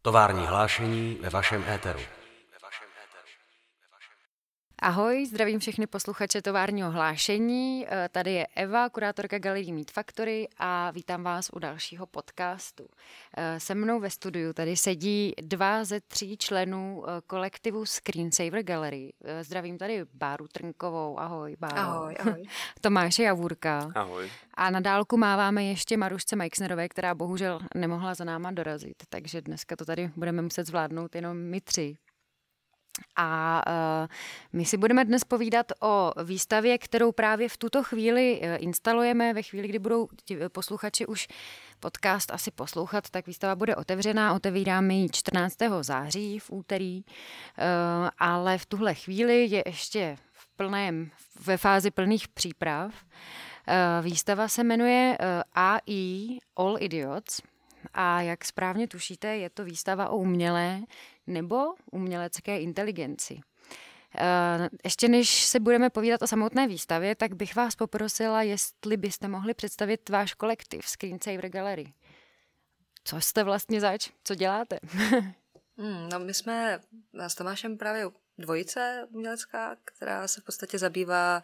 Tovární hlášení ve vašem éteru. Ahoj, zdravím všechny posluchače továrního hlášení. Tady je Eva, kurátorka galerie Meat Factory a vítám vás u dalšího podcastu. Se mnou ve studiu tady sedí 2 ze 3 členů kolektivu Screensaver Gallery. Zdravím tady Báru Trnkovou, ahoj Báro. Ahoj, ahoj. Tomáše Javůrka. Ahoj. A na dálku máváme ještě Marušce Majksnerové, která bohužel nemohla za náma dorazit, takže dneska to tady budeme muset zvládnout jenom my 3. A my si budeme dnes povídat o výstavě, kterou právě v tuto chvíli instalujeme. Ve chvíli, kdy budou posluchači už podcast asi poslouchat, tak výstava bude otevřená. Otevíráme ji 14. září v úterý, ale v tuhle chvíli je ještě ve fázi plných příprav. Výstava se jmenuje AI All Idiots. A jak správně tušíte, je to výstava o umělé nebo umělecké inteligenci. Ještě než se budeme povídat o samotné výstavě, tak bych vás poprosila, jestli byste mohli představit váš kolektiv Screensaver Gallery. Co jste vlastně zač? Co děláte? No my jsme s Tomášem právě dvojice umělecká, která se v podstatě zabývá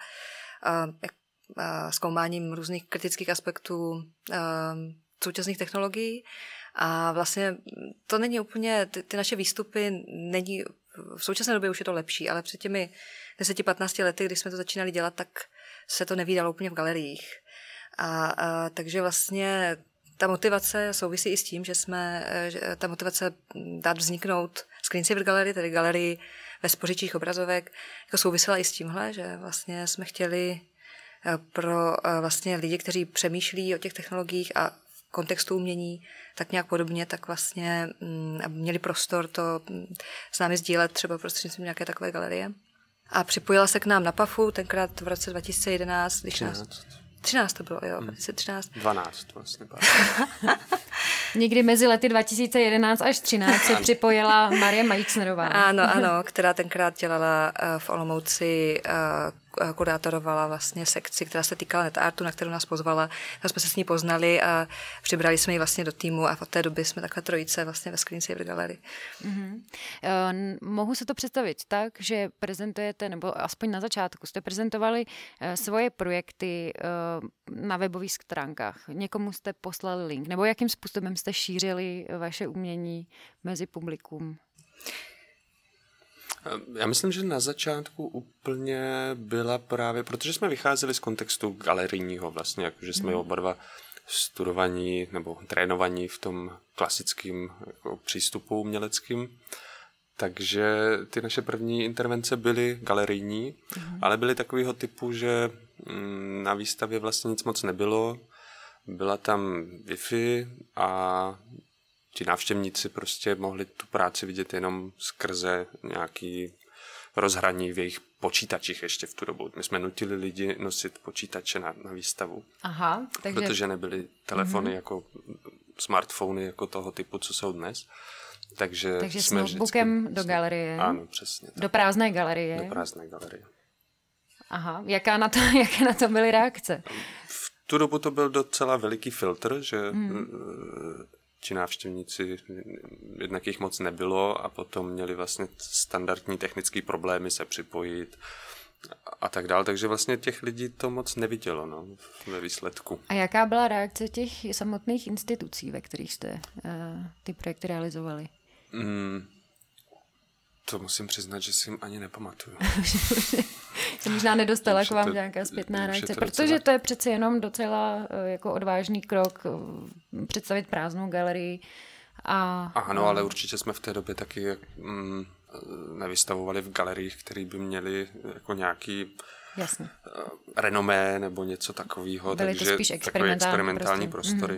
zkoumáním různých kritických aspektů současných technologií a vlastně to není úplně, ty naše výstupy není, v současné době už je to lepší, ale před těmi 10-15 lety, když jsme to začínali dělat, tak se to nevídalo úplně v galeriích. Takže vlastně ta motivace souvisí i s tím, že ta motivace dát vzniknout Screensaver Gallery, tedy galerii ve spořičích obrazovek, jako souvisela i s tímhle, že vlastně jsme chtěli pro vlastně lidi, kteří přemýšlí o těch technologiích a kontextu umění, tak nějak podobně, tak vlastně měli prostor to s námi sdílet třeba prostřednictvím nějaké takové galerie. A připojila se k nám na PAFu, tenkrát v roce 2011, když 13 to bylo, jo, 2013. 12 vlastně. Někdy mezi lety 2011 až 2013 se připojila Marie Majksnerová. Ano, která tenkrát dělala v Olomouci, kurátorovala vlastně sekci, která se týkala netartu, na kterou nás pozvala. Tak jsme se s ní poznali a přibrali jsme ji vlastně do týmu a od té doby jsme takhle trojice vlastně ve Screensaver Gallery. Mohu se to představit tak, že prezentujete, nebo aspoň na začátku jste prezentovali svoje projekty na webových stránkách. Někomu jste poslali link, nebo jakým způsobem jste šířili vaše umění mezi publikum? Já myslím, že na začátku úplně byla právě, protože jsme vycházeli z kontextu galerijního vlastně, jakože jsme oba dva studovaní nebo trénovaní v tom klasickém jako přístupu uměleckým. Takže ty naše první intervence byly galerijní, ale byly takového typu, že na výstavě vlastně nic moc nebylo. Byla tam Wi-Fi a ti návštěvníci prostě mohli tu práci vidět jenom skrze nějaký rozhraní v jejich počítačích ještě v tu dobu. My jsme nutili lidi nosit počítače na výstavu. Aha, takže... Protože nebyly telefony jako smartfony jako toho typu, co jsou dnes. Takže s notebookem do galerie. Ano, přesně. Tak. Do prázdné galerie. Do prázdné galerie. Aha, jaké na to byly reakce? V tu dobu to byl docela veliký filtr, že ti návštěvníci, jednak jich moc nebylo a potom měli vlastně standardní technické problémy se připojit a tak dále. Takže vlastně těch lidí to moc nevidělo ve výsledku. A jaká byla reakce těch samotných institucí, ve kterých jste ty projekty realizovali? To musím přiznat, že si jim ani nepamatuju. Se možná nedostala k vám nějaká zpětná reakce, protože to je přece jenom docela jako odvážný krok představit prázdnou galerii. Ano, ale určitě jsme v té době taky nevystavovali v galeriích, které by měly jako nějaký renomé nebo něco takového. Byly to spíš experimentální prostory.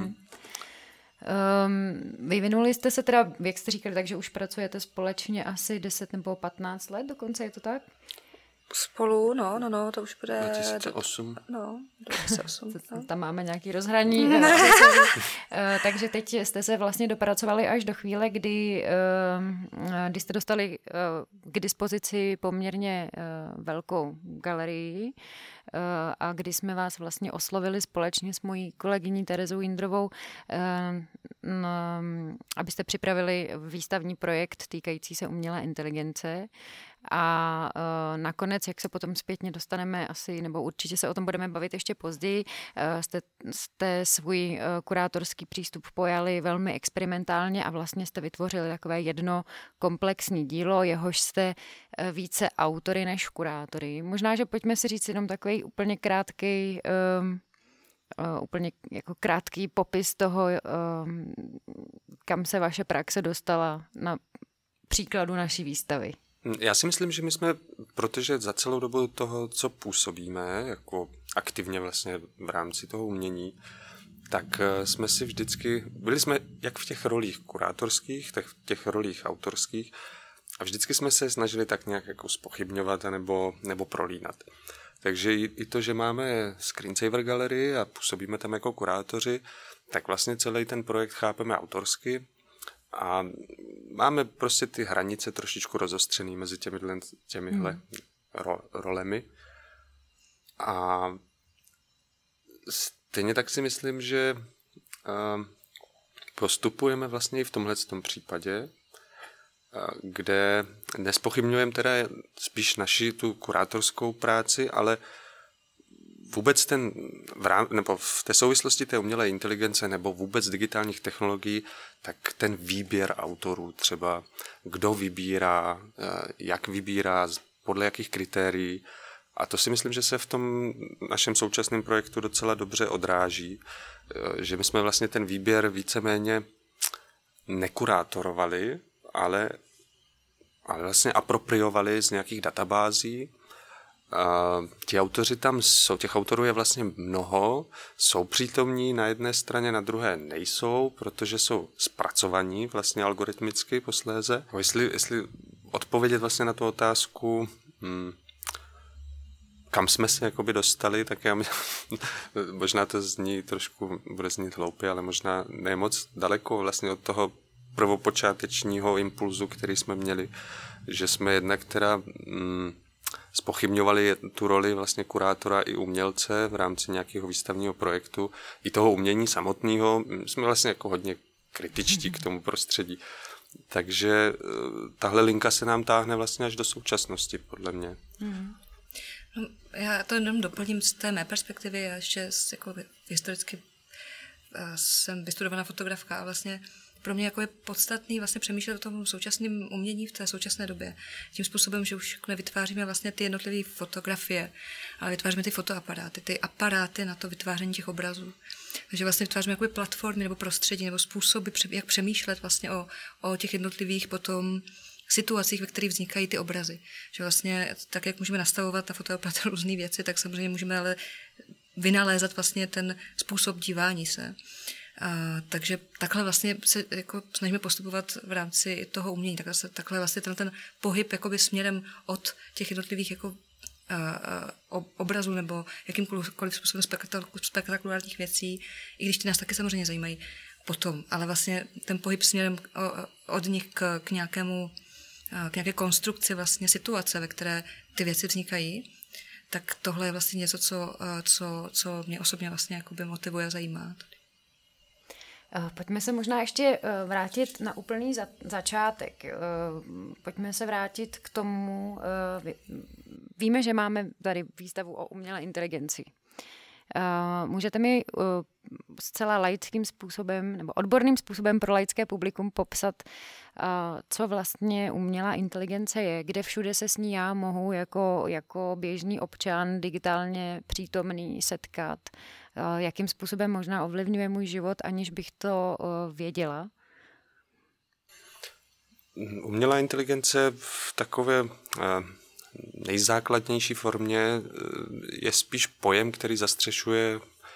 Vyvinuli jste se teda, jak jste říkali, takže už pracujete společně asi 10 nebo 15 let dokonce, je to tak? Spolu, no, to už bude... 2008. 2008. Tam máme nějaký rozhraní. Takže teď jste se vlastně dopracovali až do chvíle, kdy jste dostali k dispozici poměrně velkou galerii, a kdy jsme vás vlastně oslovili společně s mojí kolegyní Terezou Jindrovou, abyste připravili výstavní projekt týkající se umělé inteligence. A nakonec, jak se potom zpětně dostaneme asi, nebo určitě se o tom budeme bavit ještě později, jste svůj kurátorský přístup pojali velmi experimentálně a vlastně jste vytvořili takové jedno komplexní dílo, jehož jste více autory než kurátory. Možná, že pojďme si říct jenom takový úplně krátký popis toho, kam se vaše praxe dostala na příkladu naší výstavy. Já si myslím, že my jsme, protože za celou dobu toho, co působíme, jako aktivně vlastně v rámci toho umění, tak jsme si vždycky, byli jsme jak v těch rolích kurátorských, tak v těch rolích autorských a vždycky jsme se snažili tak nějak jako zpochybňovat nebo prolínat. Takže i to, že máme screensaver galerii a působíme tam jako kurátoři, tak vlastně celý ten projekt chápeme autorsky a máme prostě ty hranice trošičku rozostřený mezi těmihle rolemi. A stejně tak si myslím, že postupujeme vlastně i v tomhletom případě, kde nespochybňujeme teda spíš naši tu kurátorskou práci, ale vůbec nebo v té souvislosti té umělé inteligence nebo vůbec digitálních technologií, tak ten výběr autorů třeba, kdo vybírá, jak vybírá, podle jakých kritérií. A to si myslím, že se v tom našem současném projektu docela dobře odráží, že my jsme vlastně ten výběr víceméně nekurátorovali, ale vlastně apropriovali z nějakých databází. Ti autoři tam jsou, těch autorů je vlastně mnoho, jsou přítomní na jedné straně, na druhé nejsou, protože jsou zpracovaní vlastně algoritmicky posléze. Jestli odpovědět vlastně na tu otázku, kam jsme se jakoby dostali, tak možná to bude znít hloupě, ale možná ne moc daleko vlastně od toho prvopočátečního impulzu, který jsme měli, že jsme jednak teda zpochybňovali tu roli vlastně kurátora i umělce v rámci nějakého výstavního projektu, i toho umění samotného. Jsme vlastně jako hodně kritičtí k tomu prostředí. Takže tahle linka se nám táhne vlastně až do současnosti, podle mě. No, já to jenom doplním z té mé perspektivy. Já ještě jako historicky jsem vystudovaná fotografka a vlastně pro mě jako je podstatný vlastně přemýšlet o tom současném umění v té současné době. Tím způsobem, že už nevytváříme vlastně ty jednotlivé fotografie, ale vytváříme ty fotoaparáty, ty aparáty na to vytváření těch obrazů. Takže vlastně vytváříme jakoby platformy nebo prostředí nebo způsoby, jak přemýšlet vlastně o těch jednotlivých potom situacích, ve kterých vznikají ty obrazy. Že vlastně tak, jak můžeme nastavovat na fotoaparát různé věci, tak samozřejmě můžeme ale vynalézat vlastně ten způsob dívání se. Takže takhle vlastně se jako snažíme postupovat v rámci toho umění. Takhle vlastně ten pohyb jakoby směrem od těch jednotlivých jako obrazů nebo jakýmkoliv způsobem spektakulárních věcí, i když ty nás taky samozřejmě zajímají potom, ale vlastně ten pohyb směrem od nich k nějaké konstrukci vlastně situace, ve které ty věci vznikají, tak tohle je vlastně něco, co mě osobně vlastně jakoby motivuje a zajímá. Pojďme se možná ještě vrátit na úplný začátek. Pojďme se vrátit k tomu, víme, že máme tady výstavu o umělé inteligenci. Můžete mi zcela laickým způsobem nebo odborným způsobem pro laické publikum popsat, co vlastně umělá inteligence je, kde všude se s ní já mohu jako běžný občan digitálně přítomný setkat, jakým způsobem možná ovlivňuje můj život, aniž bych to věděla? Umělá inteligence v takové nejzákladnější formě je spíš pojem, který zastřešuje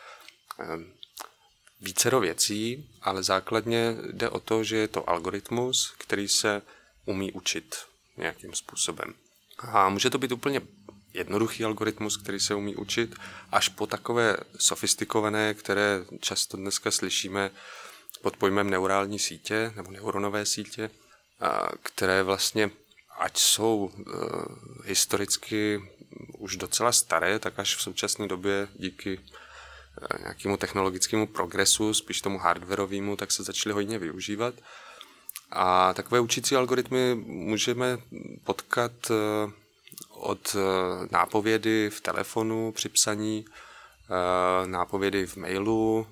vícero věcí, ale základně jde o to, že je to algoritmus, který se umí učit nějakým způsobem. A může to být úplně jednoduchý algoritmus, který se umí učit, až po takové sofistikované, které často dneska slyšíme pod pojmem neurální sítě nebo neuronové sítě, které vlastně ať jsou historicky už docela staré, tak až v současné době díky nějakému technologickému progresu, spíš tomu hardwarovému, tak se začaly hodně využívat. A takové učící algoritmy můžeme potkat od nápovědy v telefonu při psaní, nápovědy v mailu,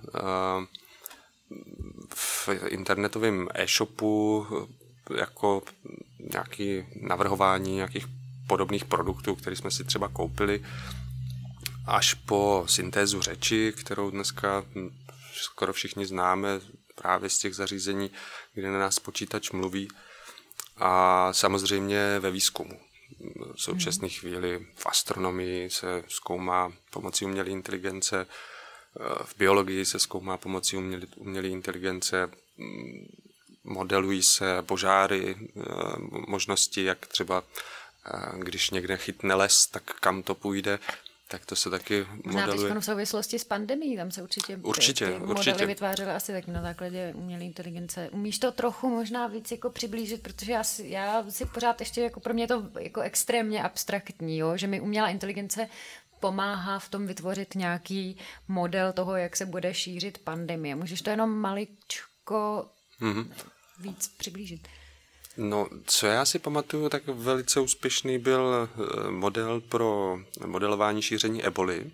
v internetovém e-shopu, jako nějaké navrhování nějakých podobných produktů, které jsme si třeba koupili, až po syntézu řeči, kterou dneska skoro všichni známe právě z těch zařízení, kde na nás počítač mluví, a samozřejmě ve výzkumu. V současné chvíli v astronomii se zkoumá pomocí umělé inteligence, v biologii se zkoumá pomocí umělé inteligence, modelují se požáry, možnosti, jak třeba, když někde chytne les, tak kam to půjde, tak to se taky modeluje. Možná v souvislosti s pandemií, tam se určitě ty modely vytvářely asi taky na základě umělé inteligence. Umíš to trochu možná víc jako přiblížit, protože já si pořád ještě, jako pro mě je to jako extrémně abstraktní, jo? Že mi umělá inteligence pomáhá v tom vytvořit nějaký model toho, jak se bude šířit pandemie. Můžeš to jenom maličko víc přiblížit? No, co já si pamatuju, tak velice úspěšný byl model pro modelování šíření eboli.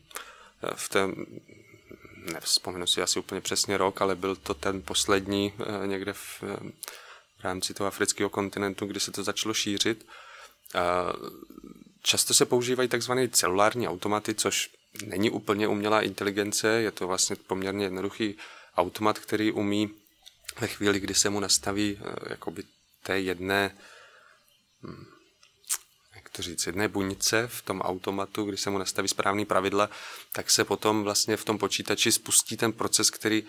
Nevzpomenu si asi úplně přesně rok, ale byl to ten poslední někde v rámci toho afrického kontinentu, kdy se to začalo šířit. Často se používají takzvané celulární automaty, což není úplně umělá inteligence, je to vlastně poměrně jednoduchý automat, který umí ve chvíli, kdy se mu nastaví jakoby té jedné buňce v tom automatu, kdy se mu nastaví správný pravidla, tak se potom vlastně v tom počítači spustí ten proces, který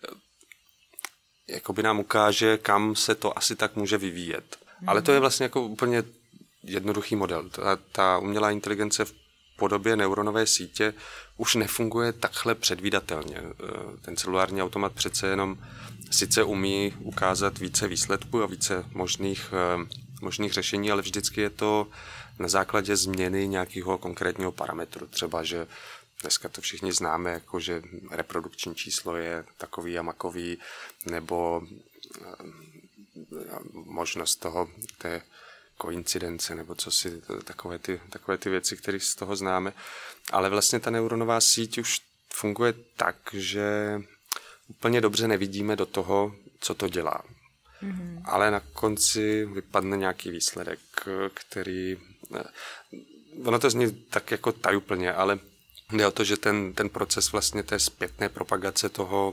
jakoby nám ukáže, kam se to asi tak může vyvíjet. Ale to je vlastně jako úplně jednoduchý model. Ta umělá inteligence v podobě neuronové sítě už nefunguje takhle předvídatelně. Ten celulární automat přece jenom sice umí ukázat více výsledků a více možných řešení, ale vždycky je to na základě změny nějakého konkrétního parametru. Třeba, že dneska to všichni známe, jako že reprodukční číslo je takový a makový, nebo možnost té koincidence, nebo co si, takové ty věci, které z toho známe. Ale vlastně ta neuronová síť už funguje tak, že úplně dobře nevidíme do toho, co to dělá. Ale na konci vypadne nějaký výsledek, který... Ono to zní tak jako tajuplně, ale jde o to, že ten proces vlastně té zpětné propagace toho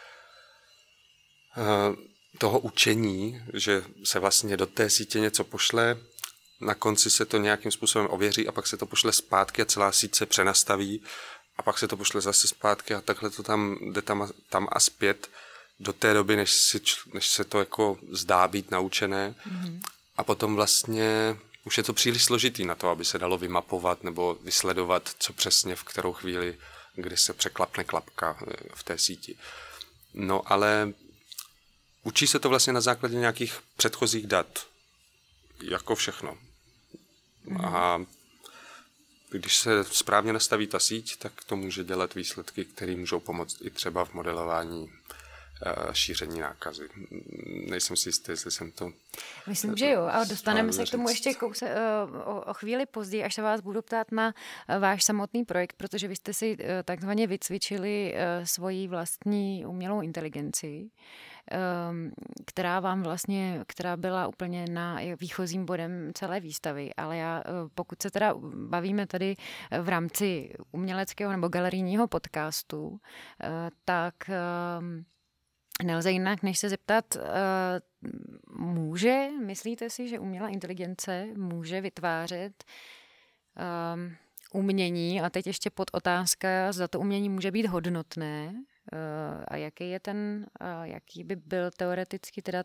učení, že se vlastně do té sítě něco pošle, na konci se to nějakým způsobem ověří a pak se to pošle zpátky a celá síť se přenastaví a pak se to pošle zase zpátky a takhle to jde tam a zpět do té doby, než se to jako zdá být naučené. A potom vlastně už je to příliš složitý na to, aby se dalo vymapovat nebo vysledovat, co přesně v kterou chvíli, kdy se překlapne klapka v té síti. No ale učí se to vlastně na základě nějakých předchozích dat. Jako všechno. A když se správně nastaví ta síť, tak to může dělat výsledky, které můžou pomoct i třeba v modelování šíření nákazy. Nejsem si jistý, jestli jsem to... Myslím, že jo. A dostaneme se k tomu ještě o chvíli později, až se vás budu ptát na váš samotný projekt, protože vy jste si takzvaně vycvičili svoji vlastní umělou inteligenci, která byla úplně výchozím bodem celé výstavy. Ale pokud se teda bavíme tady v rámci uměleckého nebo galerijního podcastu, tak nelze jinak, než se zeptat, myslíte si, že umělá inteligence může vytvářet umění, a teď ještě podotázka, zda to umění může být hodnotné, a jaký by byl teoreticky teda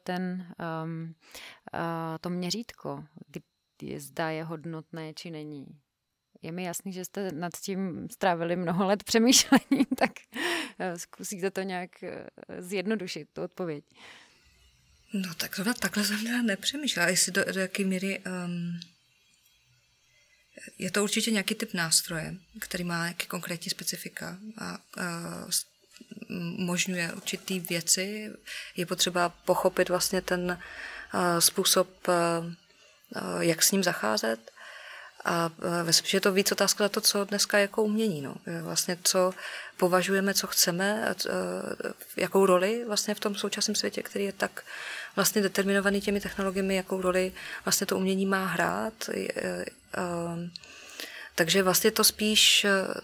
to měřítko, zda je hodnotné, či není. Je mi jasný, že jste nad tím strávili mnoho let přemýšlení, tak zkusíte to nějak zjednodušit, tu odpověď. No tak takhle jsem teda nepřemýšlela, jestli do jaké míry je to určitě nějaký typ nástroje, který má nějaké konkrétní specifika a umožňuje určitý věci. Je potřeba pochopit vlastně ten způsob, jak s ním zacházet. A myslím, že je to víc otázka na to, co dneska je jako umění. No. Vlastně co považujeme, co chceme, jakou roli vlastně v tom současném světě, který je tak vlastně determinovaný těmi technologiemi, jakou roli vlastně to umění má hrát. Takže vlastně to spíš,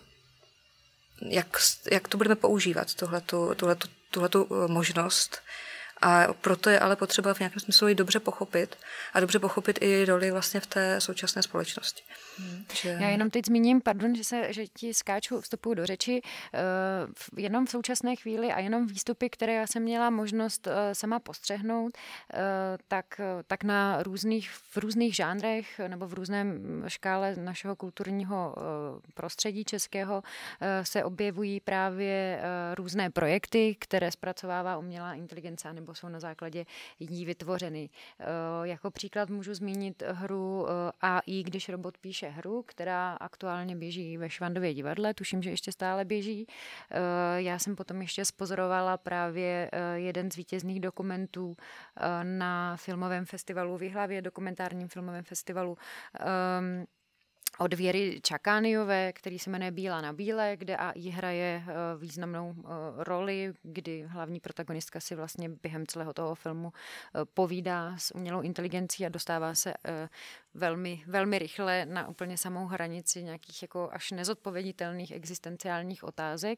jak to budeme používat, tuhletu možnost. A proto je ale potřeba v nějakém smyslu ji dobře pochopit a dobře pochopit i roli vlastně v té současné společnosti. Já jenom teď zmíním, pardon, že ti skáču, vstupuju do řeči, jenom v současné chvíli a jenom výstupy, které já jsem měla možnost sama postřehnout, tak v různých žánrech nebo v různém škále našeho kulturního prostředí českého se objevují právě různé projekty, které zpracovává umělá inteligence nebo jsou na základě jí vytvořeny. Jako příklad můžu zmínit hru AI, když robot píše hru, která aktuálně běží ve Švandově divadle, tuším, že ještě stále běží. Já jsem potom ještě spozorovala právě jeden z vítězných dokumentů na filmovém festivalu v Jihlavě, dokumentárním filmovém festivalu, od Věry Čakániové, který se jmenuje Bílá na bílé, kde AI hraje významnou roli, kdy hlavní protagonistka si vlastně během celého toho filmu povídá s umělou inteligencí a dostává se velmi, velmi rychle na úplně samou hranici nějakých jako až nezodpověditelných existenciálních otázek.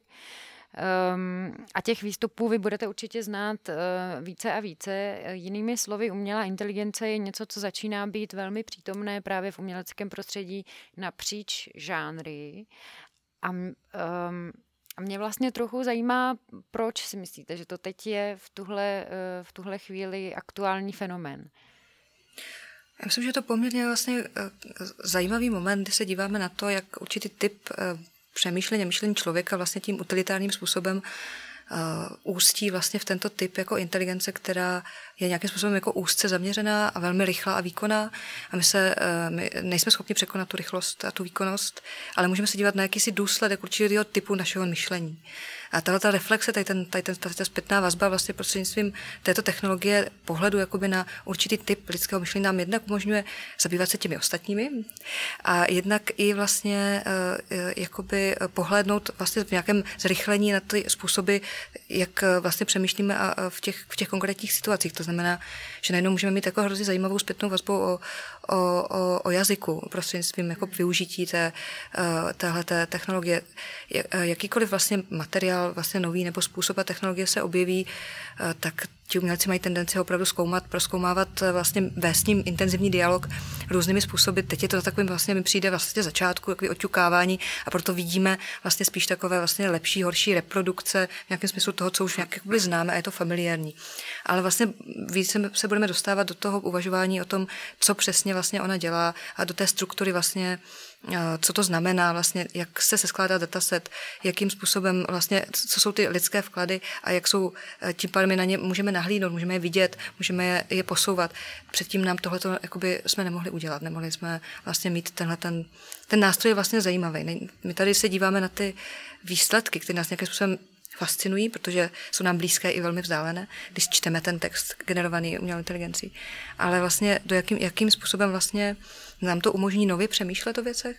A těch výstupů vy budete určitě znát více a více. Jinými slovy, umělá inteligence je něco, co začíná být velmi přítomné právě v uměleckém prostředí napříč žánry. A mě vlastně trochu zajímá, proč si myslíte, že to teď je v tuhle chvíli aktuální fenomén. Já myslím, že je to poměrně vlastně zajímavý moment, kdy se díváme na to, jak určitý typ přemýšlení a myšlení člověka vlastně tím utilitárním způsobem ústí vlastně v tento typ jako inteligence, která je nějakým způsobem jako úzce zaměřená a velmi rychlá a výkonná. A my nejsme schopni překonat tu rychlost a tu výkonnost, ale můžeme se dívat na jakýsi důsledek určitého typu našeho myšlení. A ta reflexe, ta zpětná vazba vlastně prostřednictvím této technologie pohledu jakoby na určitý typ lidského myšlení nám jednak umožňuje zabývat se těmi ostatními a jednak i vlastně jakoby pohlédnout vlastně v nějakém zrychlení na ty způsoby, jak vlastně přemýšlíme a v těch konkrétních situacích. To znamená, že najednou můžeme mít jako hrozně zajímavou zpětnou vazbu o jazyku prostřednictvím jako využití téhleté technologie. Jakýkoliv vlastně materiál, vlastně nový nebo způsob a technologie se objeví, tak ti umělci mají tendenci opravdu prozkoumávat, vlastně vést s ním intenzivní dialog různými způsoby. Teď je to na takovým vlastně mi přijde vlastně začátku, takový oťukávání a proto vidíme vlastně spíš takové vlastně lepší, horší reprodukce v nějakém smyslu toho, co už nějak známe a je to familiární. Ale vlastně víc se budeme dostávat do toho uvažování o tom, co přesně vlastně ona dělá a do té struktury vlastně, co to znamená vlastně, jak se skládá dataset, jakým způsobem vlastně, co jsou ty lidské vklady a jak jsou, tím pádem my na ně můžeme nahlídnout, můžeme je vidět, můžeme je posouvat. Předtím nám tohleto jakoby jsme nemohli udělat, nemohli jsme vlastně mít ten nástroj je vlastně zajímavý. My tady se díváme na ty výsledky, které nás nějakým způsobem fascinují, protože jsou nám blízké i velmi vzdálené, když čteme ten text generovaný umělou inteligencí. Ale vlastně jakým způsobem vlastně nám to umožní nově přemýšlet o věcech,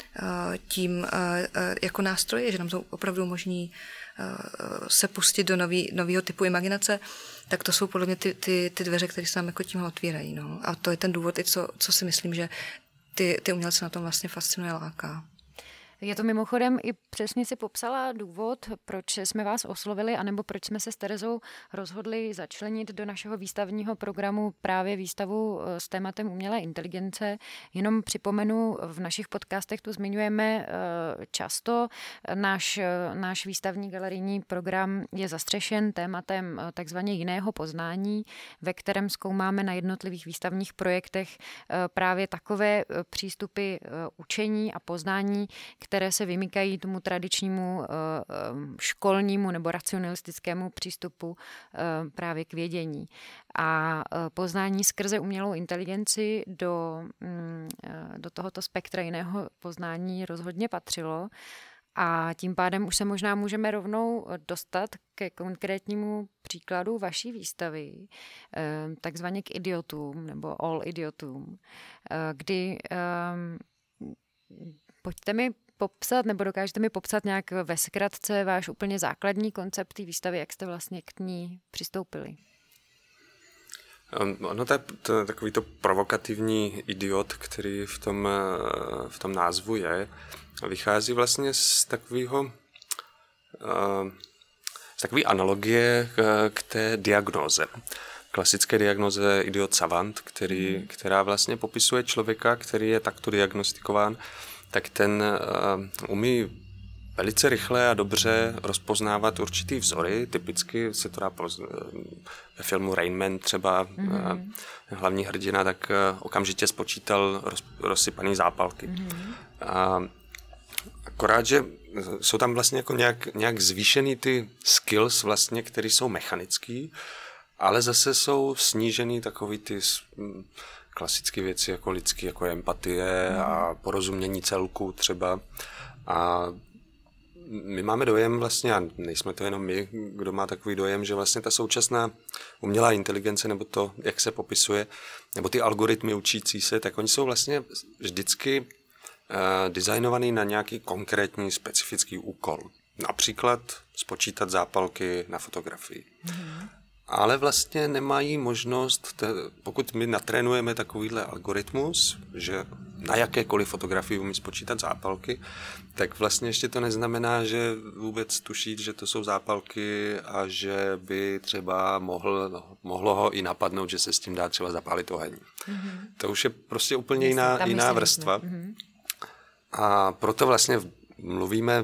tím jako nástroje, že nám to opravdu umožní se pustit do nového typu imaginace, tak to jsou podle mě ty dveře, které se nám jako tímhle otvírají. No. A to je ten důvod, i co si myslím, že ty umělce na tom vlastně fascinuje, láká. Je to mimochodem i přesně si popsala důvod, proč jsme vás oslovili, anebo proč jsme se s Terezou rozhodli začlenit do našeho výstavního programu právě výstavu s tématem umělé inteligence. Jenom připomenu, v našich podcastech tu zmiňujeme často. Náš výstavní galerijní program je zastřešen tématem takzvaně jiného poznání, ve kterém zkoumáme na jednotlivých výstavních projektech právě takové přístupy učení a poznání, které se vymykají tomu tradičnímu školnímu nebo racionalistickému přístupu právě k vědění. A poznání skrze umělou inteligenci do tohoto spektra jiného poznání rozhodně patřilo. A tím pádem už se možná můžeme rovnou dostat ke konkrétnímu příkladu vaší výstavy, takzvaně k idiotům nebo all idiotům, kdy pojďte mi popsat, nebo dokážete mi popsat nějak ve zkratce váš úplně základní koncept té výstavy, jak jste vlastně k ní přistoupili? Ono to je takový to provokativní idiot, který v tom názvu je, vychází vlastně z takové analogie k té diagnóze. Klasické diagnoze idiot savant, která vlastně popisuje člověka, který je takto diagnostikován, tak ten umí velice rychle a dobře rozpoznávat určitý vzory. Typicky se to dá ve filmu Rain Man třeba hlavní hrdina, tak okamžitě spočítal rozsypaný zápalky. Akorát, že jsou tam vlastně jako nějak zvýšený ty skills vlastně, které jsou mechanický, ale zase jsou snížený takový ty klasické věci jako lidský, jako empatie a porozumění celku třeba. A my máme dojem vlastně, a nejsme to jenom my, kdo má takový dojem, že vlastně ta současná umělá inteligence, nebo to, jak se popisuje, nebo ty algoritmy učící se, tak oni jsou vlastně vždycky designovaný na nějaký konkrétní specifický úkol. Například spočítat zápalky na fotografii. Ale vlastně nemají možnost, pokud my natrénujeme takovýhle algoritmus, že na jakékoliv fotografii umí spočítat zápalky, tak vlastně ještě to neznamená, že vůbec tuší, že to jsou zápalky a že by třeba mohlo ho i napadnout, že se s tím dá třeba zapálit oheň. To už je prostě úplně jiná vrstva. A proto vlastně mluvíme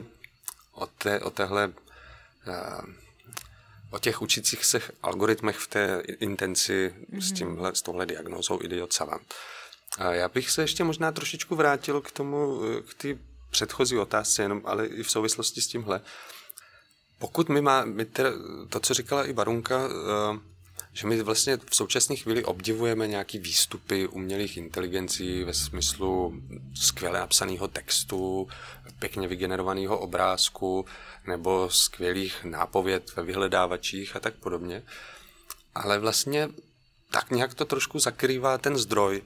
o těch učících se algoritmech v té intenci s touhle diagnózou idiot savant. A já bych se ještě možná trošičku vrátil k té předchozí otázce, ale i v souvislosti s tímhle. Pokud to, co říkala i Barunka, že my vlastně v současné chvíli obdivujeme nějaký výstupy umělých inteligencí ve smyslu skvěle napsaného textu, pěkně vygenerovaného obrázku nebo skvělých nápověd ve vyhledávačích a tak podobně. Ale vlastně tak nějak to trošku zakrývá ten zdroj.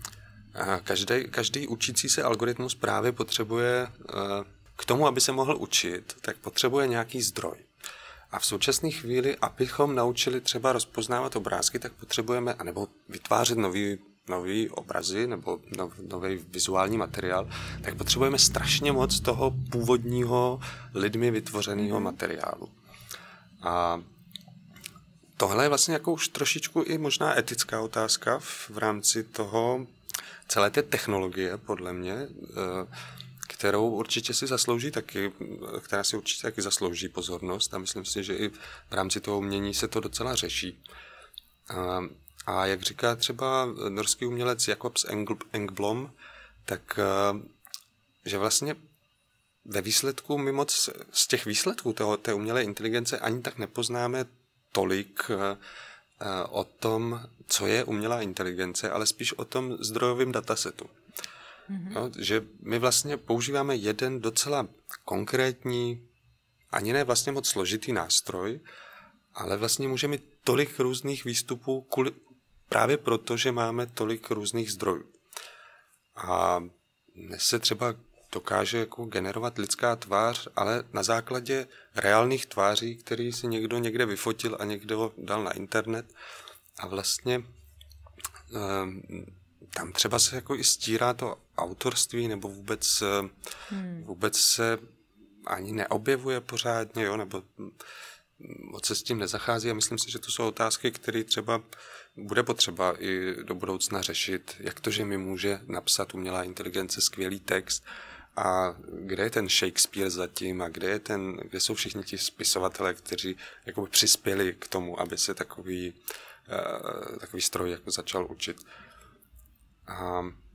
Každý učící se algoritmus právě potřebuje k tomu, aby se mohl učit, tak potřebuje nějaký zdroj. A v současné chvíli, abychom naučili třeba rozpoznávat obrázky, tak potřebujeme, anebo vytvářet nový obrazy nebo nový vizuální materiál, tak potřebujeme strašně moc toho původního lidmi vytvořeného materiálu. A tohle je vlastně jako už trošičku i možná etická otázka v rámci toho celé té technologie, podle mě, kterou určitě si zaslouží taky, která si určitě taky zaslouží pozornost a myslím si, že i v rámci toho umění se to docela řeší. A jak říká třeba norský umělec Jakobs Engblom, tak že vlastně ve výsledku my moc z těch výsledků té umělé inteligence ani tak nepoznáme tolik o tom, co je umělá inteligence, ale spíš o tom zdrojovém datasetu. Jo, že my vlastně používáme jeden docela konkrétní, ani ne vlastně moc složitý nástroj, ale vlastně můžeme mít tolik různých výstupů právě proto, že máme tolik různých zdrojů. A dnes se třeba dokáže jako generovat lidská tvář, ale na základě reálných tváří, který si někdo někde vyfotil a někdo dal na internet. A vlastně tam třeba se jako i stírá to autorství, nebo vůbec se ani neobjevuje pořádně, jo, nebo moc se s tím nezachází a myslím si, že to jsou otázky, které třeba bude potřeba i do budoucna řešit, jak to, že mi může napsat umělá inteligence skvělý text a kde je ten Shakespeare zatím a kde jsou všichni ti spisovatelé, kteří jakoby přispěli k tomu, aby se takový stroj jako začal učit. A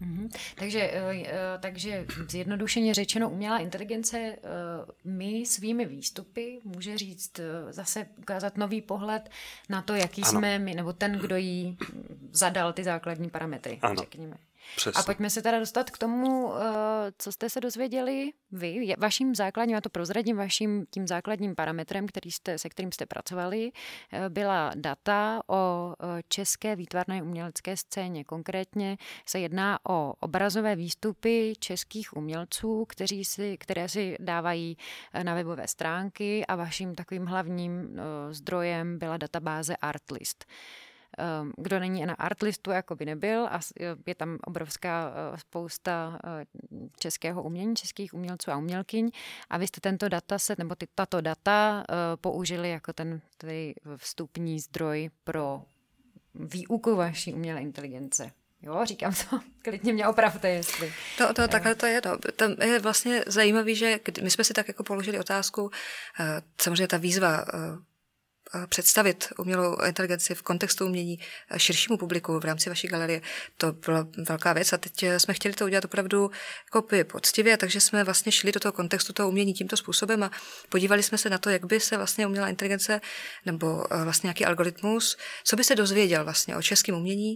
Takže zjednodušeně řečeno, umělá inteligence my svými výstupy může říct, zase ukázat nový pohled na to, jaký jsme my, nebo ten, kdo jí zadal ty základní parametry, řekněme. Přesně. A pojďme se teda dostat k tomu, co jste se dozvěděli vy. Vaším základním, já to prozradím, vaším tím základním parametrem, se kterým jste pracovali, byla data o české výtvarné umělecké scéně. Konkrétně se jedná o obrazové výstupy českých umělců, které si dávají na webové stránky, a vaším takovým hlavním zdrojem byla databáze Artlist. Kdo není na Artlistu, jako by nebyl, a je tam obrovská spousta českého umění, českých umělců a umělkyň, a vy jste tento dataset, nebo tato data použili jako ten vstupní zdroj pro výuku vaší umělé inteligence. Jo, říkám to, klidně mě opravte, jestli. Takhle to je. Tam je vlastně zajímavý, že my jsme si tak jako položili otázku, samozřejmě ta výzva představit umělou inteligenci v kontextu umění širšímu publiku v rámci vaší galerie, to byla velká věc, a teď jsme chtěli to udělat opravdu jako poctivě, takže jsme vlastně šli do toho kontextu toho umění tímto způsobem a podívali jsme se na to, jak by se vlastně umělá inteligence nebo vlastně nějaký algoritmus, co by se dozvěděl vlastně o českém umění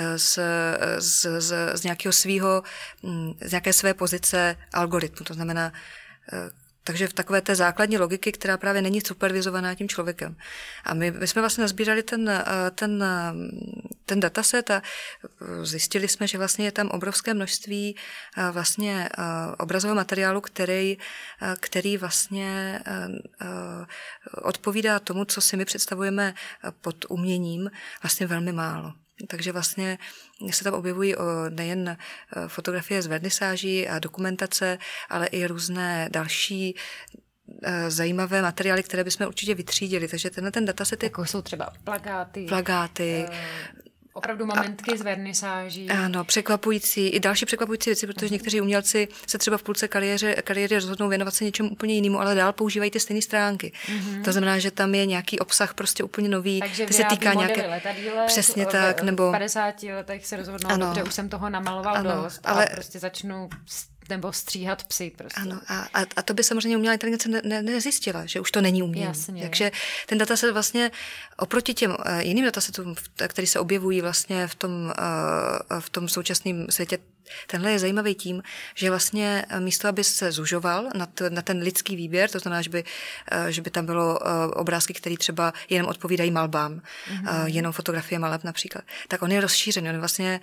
z nějakého svýho, z nějaké své pozice algoritmu, to znamená takže v takové té základní logiky, která právě není supervizovaná tím člověkem. A my jsme vlastně nazbírali ten dataset a zjistili jsme, že vlastně je tam obrovské množství vlastně obrazového materiálu, který vlastně odpovídá tomu, co si my představujeme pod uměním, vlastně velmi málo. Takže vlastně se tam objevují nejen fotografie z vernisáží a dokumentace, ale i různé další zajímavé materiály, které bychom určitě vytřídili. Takže ten dataset je... Jako jsou třeba plakáty. Opravdu momentky z vernisáží. Ano, překvapující, i další překvapující věci, protože někteří umělci se třeba v půlce kariéry rozhodnou věnovat se něčemu úplně jinému, ale dál používají ty stejné stránky. To znamená, že tam je nějaký obsah prostě úplně nový. Takže se týká nějaké letadíle, přesně tak, nebo v 50 letech se rozhodnou, dobře, už jsem toho namaloval dost, ale prostě začnu nebo stříhat psy prostě. Ano, a to by samozřejmě umělá inteligence nezjistila, že už to není umění. Jasně. Takže ten dataset vlastně oproti těm jiným datasetům, který se objevují vlastně v tom současném světě, tenhle je zajímavý tím, že vlastně místo, aby se zužoval na ten lidský výběr, to znamená, že by tam bylo obrázky, které třeba jenom odpovídají malbám, jenom fotografie maleb například, tak on je rozšířený. On vlastně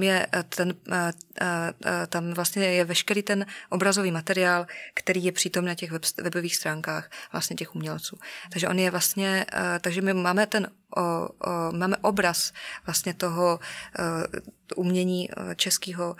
tam vlastně je veškerý ten obrazový materiál, který je přítomný na těch webových stránkách vlastně těch umělců. Takže on je vlastně, takže my máme máme obraz vlastně toho umění českého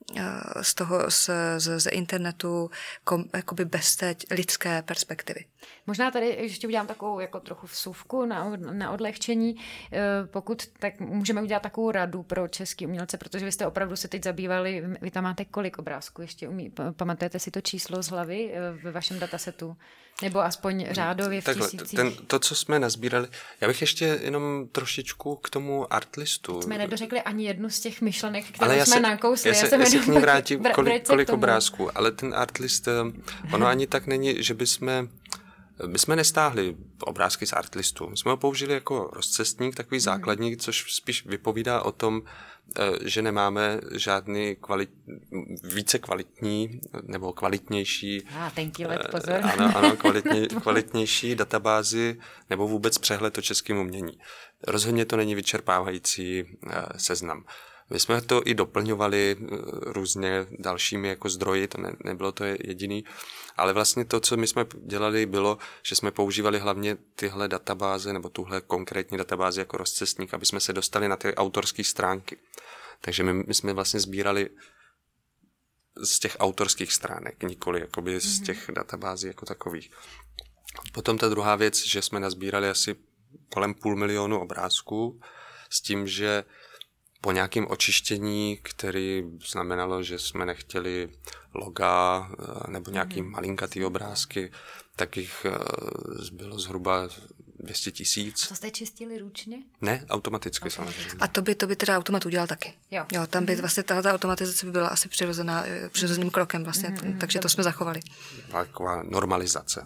z internetu, jakoby bez té lidské perspektivy. Možná tady ještě udělám takovou jako trochu vsuvku na odlehčení. Pokud, tak můžeme udělat takovou radu pro český umělce, protože vy jste opravdu se teď zabývali, vy tam máte kolik obrázků ještě? Pamatujete si to číslo z hlavy ve vašem datasetu? Nebo aspoň řádově v tisících? To, co jsme nazbírali, já bych ještě jenom trošičku k tomu Artlistu. Jsme nedořekli ani jednu z těch myšlenek, které jsme nakousli. Já se k ní vrátím, kolik obrázků, ale ten Artlist, ono ani tak není, že my jsme nestáhli obrázky z Artlistu. My jsme ho použili jako rozcestník, takový základník, což spíš vypovídá o tom, že nemáme žádný více kvalitní nebo kvalitnější tenký led, pozor. Ano, kvalitnější databázi nebo vůbec přehled o českém umění. Rozhodně to není vyčerpávající seznam. My jsme to i doplňovali různě dalšími jako zdroji, to nebylo to jediný, ale vlastně to, co my jsme dělali, bylo, že jsme používali hlavně tyhle databáze nebo tuhle konkrétní databázi jako rozcestník, aby jsme se dostali na ty autorské stránky. Takže my jsme vlastně sbírali z těch autorských stránek, nikoli jakoby z těch databází jako takových. Potom ta druhá věc, že jsme nazbírali asi kolem 500 000 obrázků s tím, že po nějakém očištění, který znamenalo, že jsme nechtěli loga nebo nějaký malinkatý obrázky, tak jich bylo zhruba 200 000. To jste čistili ručně? Ne, automaticky samozřejmě. A to by teda automat udělal taky. Jo. Tam by vlastně tahle automatizace by byla asi přirozeným krokem vlastně, takže to jsme zachovali. Taková normalizace.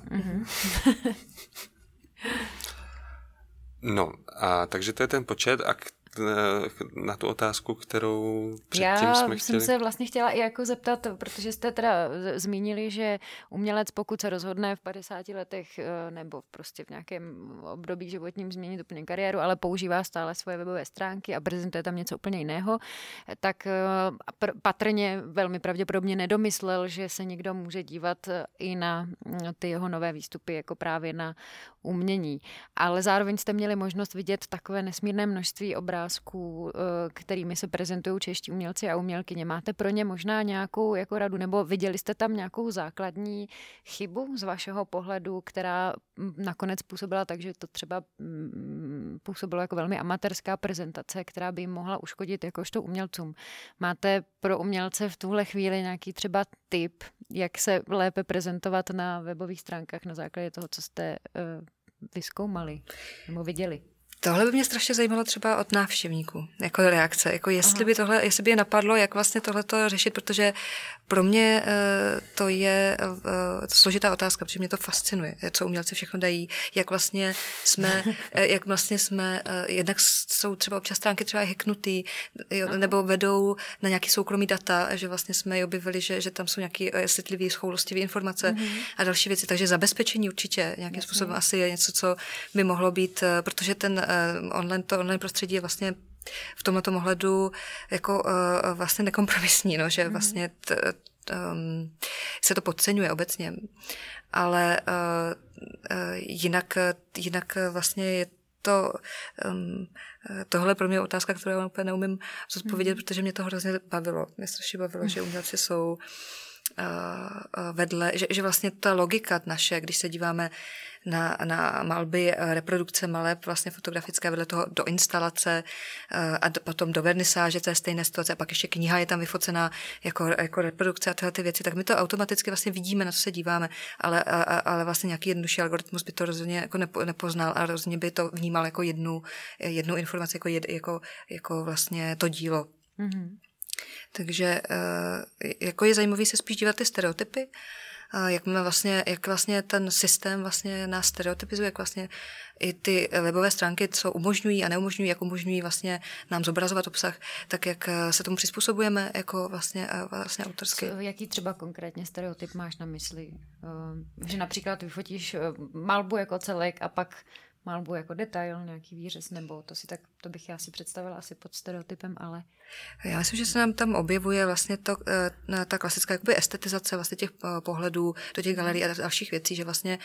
No, a takže to je ten počet a na tu otázku, kterou předtím jsme chtěli. Já jsem se vlastně chtěla i jako zeptat, protože jste teda zmínili, že umělec, pokud se rozhodne v 50 letech nebo prostě v nějakém období životním změnit úplně kariéru, ale používá stále svoje webové stránky a prezentuje tam něco úplně jiného, tak patrně velmi pravděpodobně nedomyslel, že se někdo může dívat i na ty jeho nové výstupy jako právě na umění. Ale zároveň jste měli možnost vidět takové nesmírné množství obrázků, kterými se prezentují čeští umělci a umělkyně. Máte pro ně možná nějakou jako radu, nebo viděli jste tam nějakou základní chybu z vašeho pohledu, která nakonec působila tak, že to třeba působilo jako velmi amatérská prezentace, která by jim mohla uškodit jakožto umělcům. Máte pro umělce v tuhle chvíli nějaký třeba tip, jak se lépe prezentovat na webových stránkách na základě toho, co jste vyzkoumali nebo viděli? Tohle by mě strašně zajímalo třeba od návštěvníků, jako reakce, jako jestli by je napadlo, jak vlastně tohleto řešit, protože pro mě to je složitá otázka, protože mě to fascinuje, co umělci všechno dají, jak vlastně jsme, jednak jsou třeba občas stránky třeba hacknutý, nebo vedou na nějaký soukromý data, že vlastně jsme objevili, že tam jsou nějaké citlivý, schoulostivé informace a další věci, takže zabezpečení určitě nějakým způsobem asi je něco, co by mohlo být, protože ten online prostředí je vlastně v tomto ohledu jako vlastně nekompromisní, no, že vlastně se to podceňuje obecně, ale jinak vlastně je to tohle pro mě je otázka, kterou já úplně neumím zodpovědět, protože mě to hrozně bavilo. Mě strašně bavilo, že umělci jsou vedle, že vlastně ta logika naše, když se díváme na malby, reprodukce maleb, vlastně fotografické, vedle toho do instalace a potom do vernisáže, to je stejné situace, a pak ještě kniha je tam vyfocená jako reprodukce a tyhle ty věci, tak my to automaticky vlastně vidíme, na co se díváme, ale vlastně nějaký jednodušší algoritmus by to rozhodně jako nepoznal a rozhodně by to vnímal jako jednu informaci, jako vlastně to dílo. Mm-hmm. Takže jako je zajímavý se spíš dívat ty stereotypy, jak vlastně ten systém vlastně nás stereotypizuje, jak vlastně i ty webové stránky, co umožňují a neumožňují, jak umožňují vlastně nám zobrazovat obsah, tak jak se tomu přizpůsobujeme jako vlastně autorsky. Jaký třeba konkrétně stereotyp máš na mysli? Že například vyfotíš malbu jako celek a pak malbu jako detail, nějaký výřez, nebo to bych já si představila asi pod stereotypem, ale... Já myslím, že se nám tam objevuje vlastně ta klasická jakoby estetizace vlastně těch pohledů do těch galerií a dalších věcí, že vlastně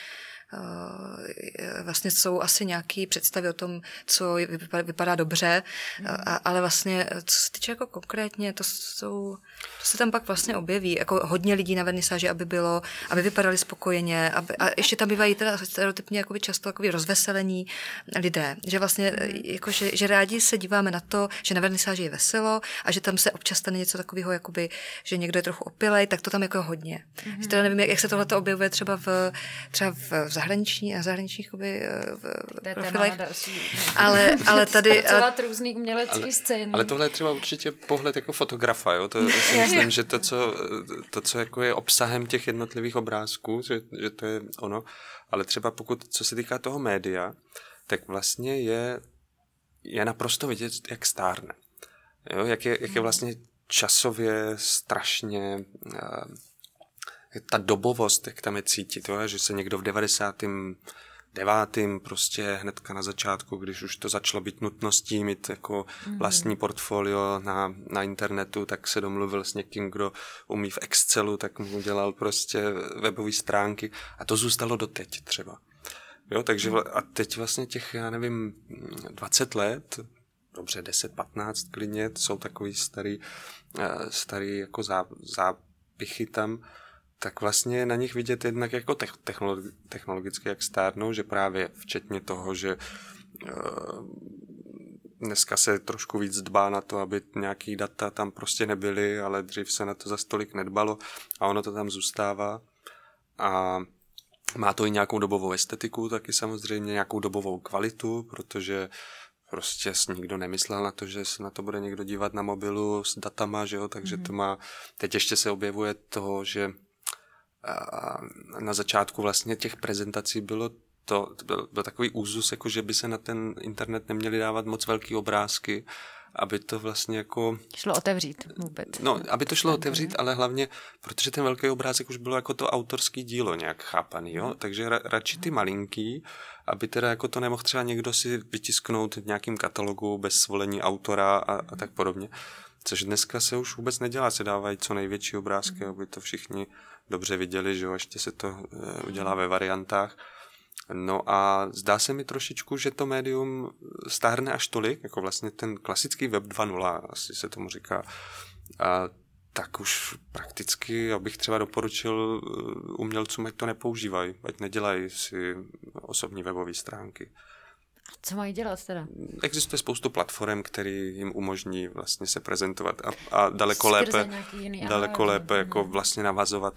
jsou asi nějaké představy o tom, co vypadá dobře, ale vlastně, co se týče jako konkrétně, to se tam pak vlastně objeví, jako hodně lidí na vernisáži, aby vypadali spokojeně, a ještě tam bývají teda stereotypně jakoby často takový rozveselení lidé, že vlastně, jako, že rádi se díváme na to, že na vernisáži je veselo a že tam se občas stane něco takového, jakoby, že někdo je trochu opilej, tak to tam jako hodně. Že teda nevím, jak se tohleto objevuje třeba v zahraničních profilech. Ale tady... různý umělecký scény. Ale tohle je třeba určitě pohled jako fotografa, jo? To si myslím, že to, co jako je obsahem těch jednotlivých obrázků, že to je ono, ale třeba co se týká toho média, tak vlastně je naprosto vidět, jak stárne. Jo? Jak je vlastně časově strašně... ta dobovost, jak tam je cítit, jo? Že se někdo v 99. prostě hnedka na začátku, když už to začalo být nutností mít jako vlastní portfolio na internetu, tak se domluvil s někým, kdo umí v Excelu, tak mu udělal prostě webové stránky a to zůstalo doteď třeba. Jo, takže a teď vlastně těch, já nevím, 20 let, dobře 10-15 klidně, jsou takový starý jako zápichy tam, tak vlastně na nich vidět jednak jako technologicky, jak stárnou, že právě včetně toho, že dneska se trošku víc dbá na to, aby nějaký data tam prostě nebyly, ale dřív se na to za stolik nedbalo a ono to tam zůstává. A Má to i nějakou dobovou estetiku, taky samozřejmě nějakou dobovou kvalitu, protože prostě nikdo nemyslel na to, že se na to bude někdo dívat na mobilu s datama, že jo, takže to má, teď ještě se objevuje to, že na začátku vlastně těch prezentací byl takový úzus, jako že by se na ten internet neměly dávat moc velký obrázky, aby to vlastně jako... Šlo otevřít vůbec. No, aby to šlo otevřít, ale hlavně, protože ten velký obrázek už bylo jako to autorský dílo nějak chápaný, jo? Takže radši ty malinký, aby teda jako to nemohl třeba někdo si vytisknout v nějakým katalogu bez svolení autora a tak podobně. Což dneska se už vůbec nedělá, se dávají co největší obrázky, aby to všichni dobře viděli, že jo, ještě se to udělá ve variantách. No a zdá se mi trošičku, že to médium stárne až tolik, jako vlastně ten klasický web 2.0, asi se tomu říká, a tak už prakticky, abych třeba doporučil umělcům, ať to nepoužívají, ať nedělají si osobní webové stránky. Co mají dělat teda? Existuje spoustu platform, který jim umožní vlastně se prezentovat a daleko lépe jako vlastně navazovat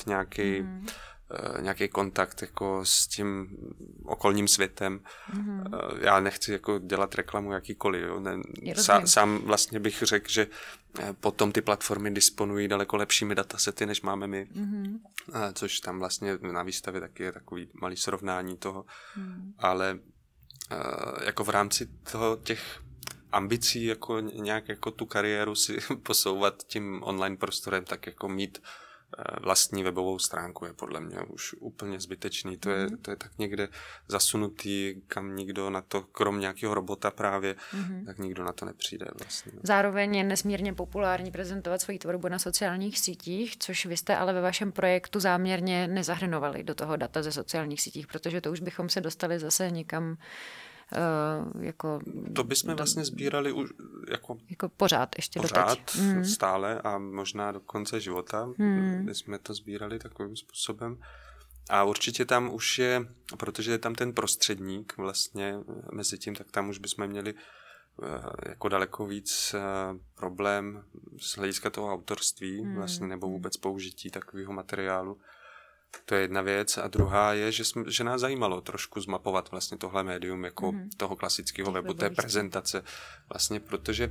nějaký kontakt jako s tím okolním světem. Já nechci jako dělat reklamu jakýkoliv. Jo. Sám vlastně bych řekl, že potom ty platformy disponují daleko lepšími datasety, než máme my. Což tam vlastně na výstavě taky je takový malý srovnání toho. Ale jako v rámci těch ambicí jako nějak jako tu kariéru si posouvat tím online prostorem, tak jako mít vlastní webovou stránku je podle mě už úplně zbytečný. To je tak někde zasunutý, kam nikdo na to, krom nějakého robota právě, tak nikdo na to nepřijde vlastně. Zároveň je nesmírně populární prezentovat svoji tvorbu na sociálních sítích, což vy jste ale ve vašem projektu záměrně nezahrnovali do toho data ze sociálních sítích, protože to už bychom se dostali zase někam jako... To bychom vlastně sbírali už jako pořád ještě doteď. Stále a možná do konce života. Jsme to sbírali takovým způsobem. A určitě tam už je, protože je tam ten prostředník vlastně mezi tím, tak tam už bychom měli jako daleko víc problém z hlediska toho autorství vlastně, nebo vůbec použití takového materiálu. To je jedna věc. A druhá je, že nás zajímalo trošku zmapovat vlastně tohle médium jako toho klasického webu, té prezentace. Vlastně, protože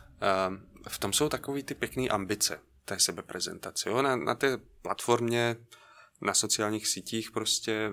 v tom jsou takový ty pěkný ambice té sebeprezentace. Jo? Na té platformě, na sociálních sítích prostě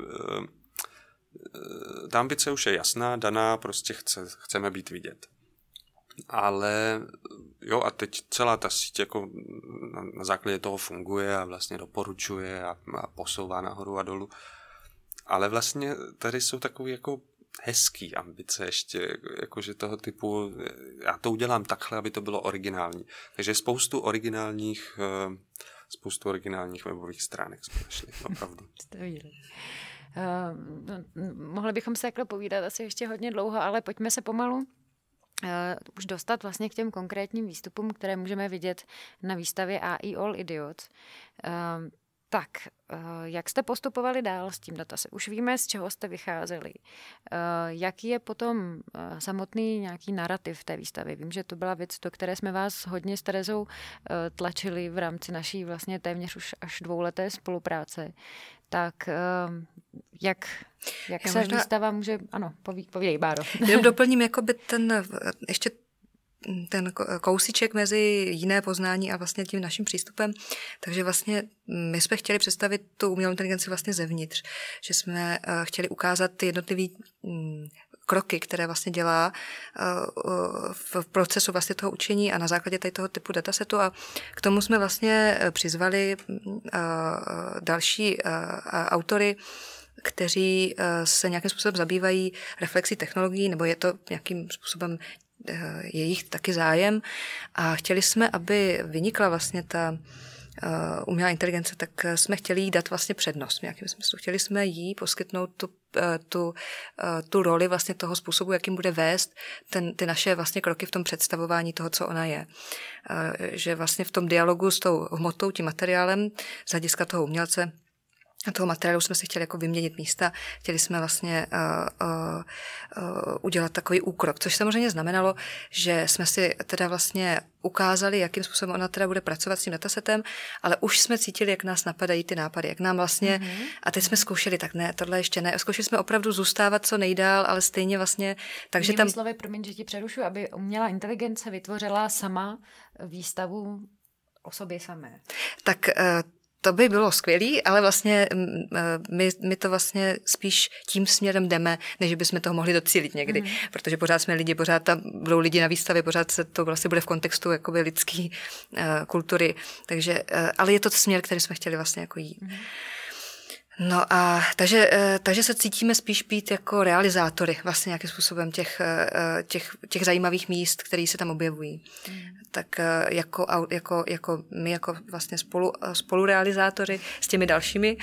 ta ambice už je jasná, daná, prostě chceme být vidět. Ale jo, a teď celá ta síť jako na základě toho funguje a vlastně doporučuje a posouvá nahoru a dolů. Ale vlastně tady jsou takové jako hezký ambice ještě, jakože toho typu, já to udělám takhle, aby to bylo originální. Takže spoustu originálních webových stránek jsme našli, opravdu. Mohli bychom se takhle povídat asi ještě hodně dlouho, ale pojďme se pomalu už dostat vlastně k těm konkrétním výstupům, které můžeme vidět na výstavě AI All Idiots. Tak, jak jste postupovali dál s tím dataset? Už víme, z čeho jste vycházeli. Jaký je potom samotný nějaký narrativ té výstavy? Vím, že to byla věc, do které jsme vás hodně s Terezou tlačili v rámci naší vlastně téměř už až 2leté spolupráce. Tak jak se možná... výstava může... Ano, povídej, Báro. Jenom doplním jakoby ještě ten kousíček mezi jiné poznání a vlastně tím naším přístupem. Takže vlastně my jsme chtěli představit tu umělou inteligenci vlastně zevnitř. Že jsme chtěli ukázat ty jednotlivé kroky, které vlastně dělá v procesu vlastně toho učení a na základě tady toho typu datasetu. A k tomu jsme vlastně přizvali další autory, kteří se nějakým způsobem zabývají reflexí technologií, nebo je to nějakým způsobem jejich taky zájem. A chtěli jsme, aby vynikla vlastně ta umělá inteligence, tak jsme chtěli jí dát vlastně přednost v nějakém smyslu. Chtěli jsme jí poskytnout tu roli vlastně toho způsobu, jakým bude vést ty naše vlastně kroky v tom představování toho, co ona je. Že vlastně v tom dialogu s tou hmotou, tím materiálem z hlediska toho umělce A toho materiálu jsme si chtěli jako vyměnit místa, chtěli jsme vlastně udělat takový úkrok, což samozřejmě znamenalo, že jsme si teda vlastně ukázali, jakým způsobem ona teda bude pracovat s tím datasetem, ale už jsme cítili, jak nás napadají ty nápady, jak nám vlastně, a teď jsme zkoušeli, tak ne, tohle ještě ne, zkoušeli jsme opravdu zůstávat co nejdál, ale stejně vlastně, takže tam... slovy, promiň, že ti přerušu, aby umělá inteligence vytvořila sama výstavu o sobě samé. Tak to by bylo skvělý, ale vlastně my to vlastně spíš tím směrem jdeme, než bychom toho mohli docílit někdy, protože pořád jsme lidi, pořád tam budou lidi na výstavě, pořád se to vlastně bude v kontextu jakoby lidský kultury, takže, ale je to směr, který jsme chtěli vlastně jako jít. No a takže se cítíme spíš být jako realizátory vlastně nějakým způsobem těch zajímavých míst, které se tam objevují. Tak jako my jako vlastně spolurealizátory s těmi dalšími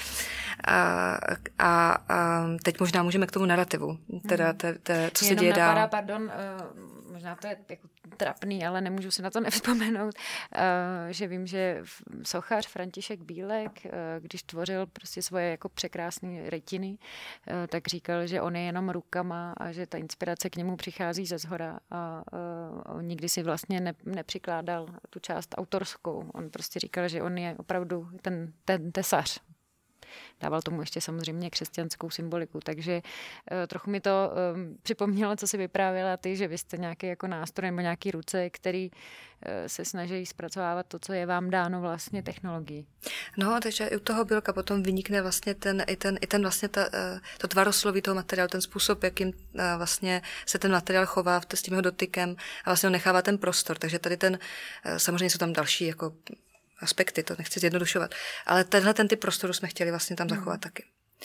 a teď možná můžeme k tomu narrativu, teda co se děje dál. Pardon, možná to je jako trapný, ale nemůžu si na to nevzpomenout, že vím, že sochař František Bílek, když tvořil prostě svoje jako překrásné rytiny, tak říkal, že on je jenom rukama a že ta inspirace k němu přichází ze zhora a nikdy si vlastně nepřikládal tu část autorskou. On prostě říkal, že on je opravdu ten tesař. Dával tomu ještě samozřejmě křesťanskou symboliku, takže trochu mi to připomnělo, co si vyprávěla ty, že vy jste nějaký jako nástroj nebo nějaký ruce, který se snaží zpracovávat to, co je vám dáno vlastně technologií. No, takže i u toho bílka potom vynikne vlastně ten vlastně to tvarosloví toho materiálu, ten způsob, jakým vlastně se ten materiál chová s tím jeho dotykem a vlastně on nechává ten prostor, takže tady samozřejmě jsou tam další jako aspekty, to nechci zjednodušovat, ale ten typ prostoru jsme chtěli vlastně tam zachovat taky.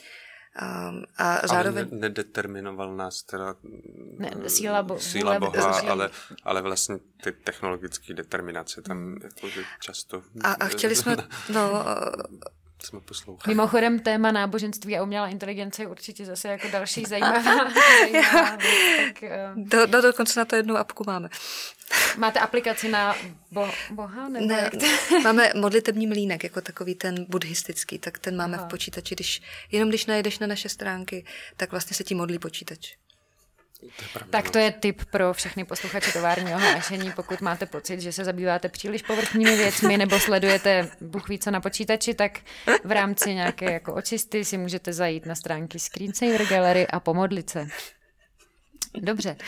A zároveň... Ale nedeterminoval nás teda síla Boha, ale vlastně ty technologické determinace tam jako často... A chtěli jsme... jsme poslouchali. Mimochodem téma náboženství a umělá inteligence je určitě zase jako další zajímavá věc. Dokonce na to jednu apku máme. Máte aplikaci na Boha? Nebo ne, máme modlitební mlýnek, jako takový ten buddhistický, tak ten máme v počítači. Když najedeš na naše stránky, tak vlastně se ti modlí počítač. Tak to je tip pro všechny posluchače továrního hlášení, pokud máte pocit, že se zabýváte příliš povrchními věcmi nebo sledujete Bůh ví co na počítači, tak v rámci nějaké jako očisty si můžete zajít na stránky Screensaver Gallery a pomodlit se. Dobře,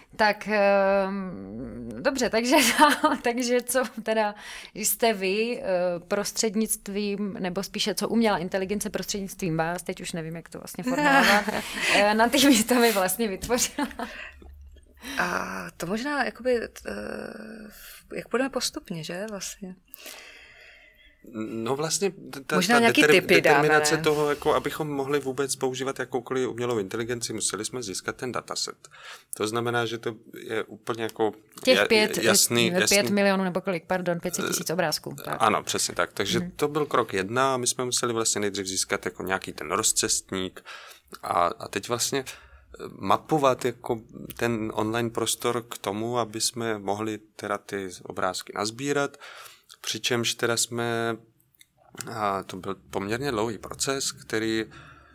takže co teda jste vy prostřednictvím, nebo spíše co umělá inteligence prostřednictvím vás, teď už nevím, jak to vlastně formulovat, na té výstavě vlastně vytvořila? A to možná, jakoby, jak budeme postupně, že vlastně? No vlastně ta typy determinace dáme, toho, jako abychom mohli vůbec používat jakoukoliv umělou inteligenci, museli jsme získat ten dataset. To znamená, že to je úplně jako jasný. 5 milionů nebo kolik, 500 000 obrázků. Tak. Ano, přesně tak. Takže to byl krok 1 a my jsme museli vlastně nejdřív získat jako nějaký ten rozcestník a teď vlastně mapovat jako ten online prostor k tomu, aby jsme mohli teda ty obrázky nazbírat. Přičemž teda to byl poměrně dlouhý proces, který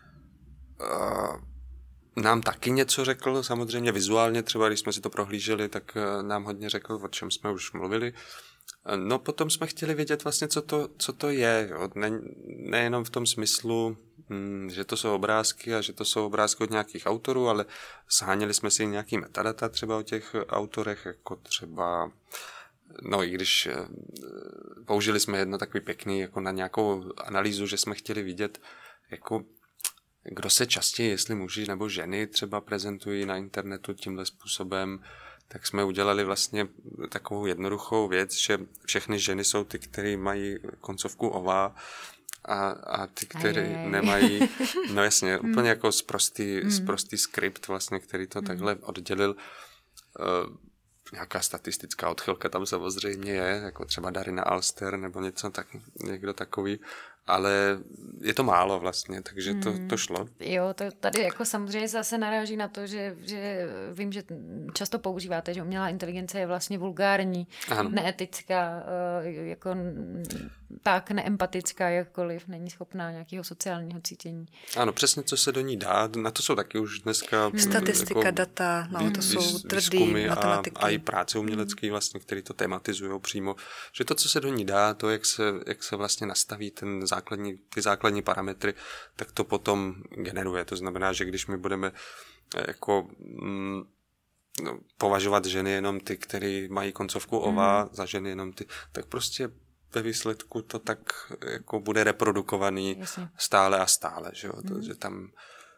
nám taky něco řekl, samozřejmě vizuálně, třeba když jsme si to prohlíželi, tak nám hodně řekl, o čem jsme už mluvili. No potom jsme chtěli vědět vlastně, co to je, jo? Nejenom v tom smyslu, že to jsou obrázky a že to jsou obrázky od nějakých autorů, ale sháněli jsme si nějaký metadata třeba o těch autorech, jako třeba... No i když použili jsme jedno takový pěkný jako na nějakou analýzu, že jsme chtěli vidět, jako kdo se častěji, jestli muži nebo ženy třeba prezentují na internetu tímhle způsobem, tak jsme udělali vlastně takovou jednoduchou věc, že všechny ženy jsou ty, které mají koncovku ová a ty, které nemají, no jasně, úplně jako sprostý skript vlastně, který to takhle oddělil. Nějaká statistická odchylka tam samozřejmě je, jako třeba Darina Alster nebo někdo takový, ale je to málo vlastně, takže to šlo. Jo, to tady jako samozřejmě zase naráží na to, že vím, že často používáte, že umělá inteligence je vlastně vulgární, neetická, jako tak neempatická, jakkoliv není schopná nějakého sociálního cítění. Ano, přesně, co se do ní dá, na to jsou taky už dneska statistika, jako data, no, to jsou tvrdý matematiky. A i práce umělecký vlastně, který to tematizují přímo, že to, co se do ní dá, to, jak se vlastně nastaví ty základní parametry, tak to potom generuje. To znamená, že když my budeme jako považovat ženy jenom ty, které mají koncovku ova, za ženy jenom ty, tak prostě ve výsledku to tak jako bude reprodukovaný stále a stále, že jo? Že tam